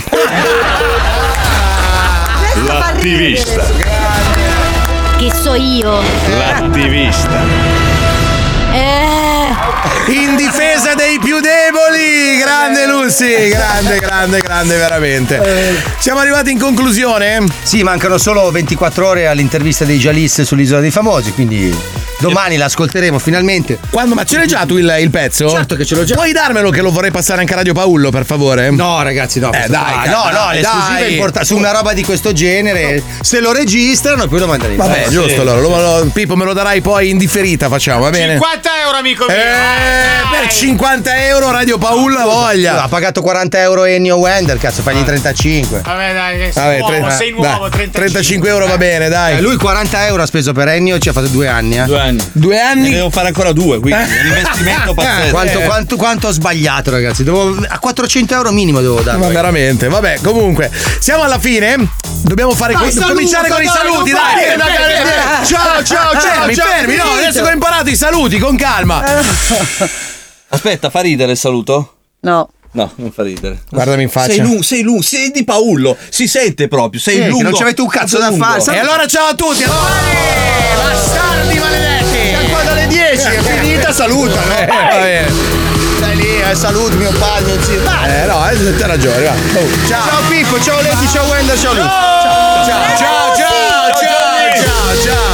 L'attivista. Che so io. L'attivista. Eh. In difesa dei più deboli, grande Lucy, grande, grande, grande veramente. Siamo arrivati in conclusione? Sì, mancano solo ventiquattro ore all'intervista dei Jalis sull'Isola dei Famosi, quindi domani l'ascolteremo finalmente. Quando? Ma ce l'hai già tu il, il pezzo? Certo che ce l'ho già. Puoi darmelo che lo vorrei passare anche a Radio Paullo, per favore? No, ragazzi, no. Eh, dai, no, no, dai, l'esclusiva dai. è importante. Su una roba di questo genere, se lo registrano, poi lo manderemo. Vabbè, Eh, giusto, sì. allora. Lo, lo- Pippo, me lo darai poi in differita, facciamo, va bene? cinquanta euro, amico mio. Eh, per cinquanta euro Radio Paullo voglia. Ha pagato quaranta euro Ennio Wender, cazzo, fagli trentacinque. Vabbè, dai, sei Vabbè, nuovo, tre- sei dai, nuovo, trentacinque. trentacinque euro va bene, dai. Eh, lui quaranta euro ha speso per Ennio, ci ha fatto due anni. Eh. Due anni. Due anni? Ne devo fare ancora due, quindi è un investimento pazzesco. Quanto, quanto, quanto ho sbagliato, ragazzi. Devo, a quattrocento euro minimo devo dare. Ma veramente, vabbè, comunque, siamo alla fine. Dobbiamo fare Dai, co- cominciare saluto, con i dai, saluti, non dai. fare, Fermi, dai, fermi, dai, fermi. dai. Ciao, ciao, ciao, Fermi, ciao, fermi, no, finito. adesso che ho imparato i saluti, con calma. Aspetta, fa ridere il saluto? No. No, non fa ridere. Guardami in faccia. Sei lungo, sei lungo, sei di Paullo, si sente proprio, sei Sì, che lungo. non ci avete un cazzo da lungo. fare. E allora ciao a tutti. Bastardi maledetti. Siamo qua dalle dieci, è finita, saluta, no? Eh, va bene. Stai lì, eh, saluto mio padre, zio. Vai. Eh no, eh, t'hai ragione, va. Oh, ciao. Ciao Pippo, ciao Lady, ciao Wender, ciao Luke. Ciao, ciao, ciao, ciao, ciao, ciao, ciao.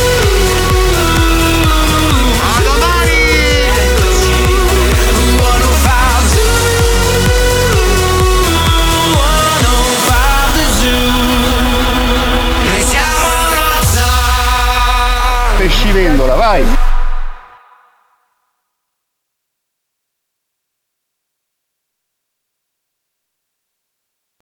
A domani! Pesci vendola, vai!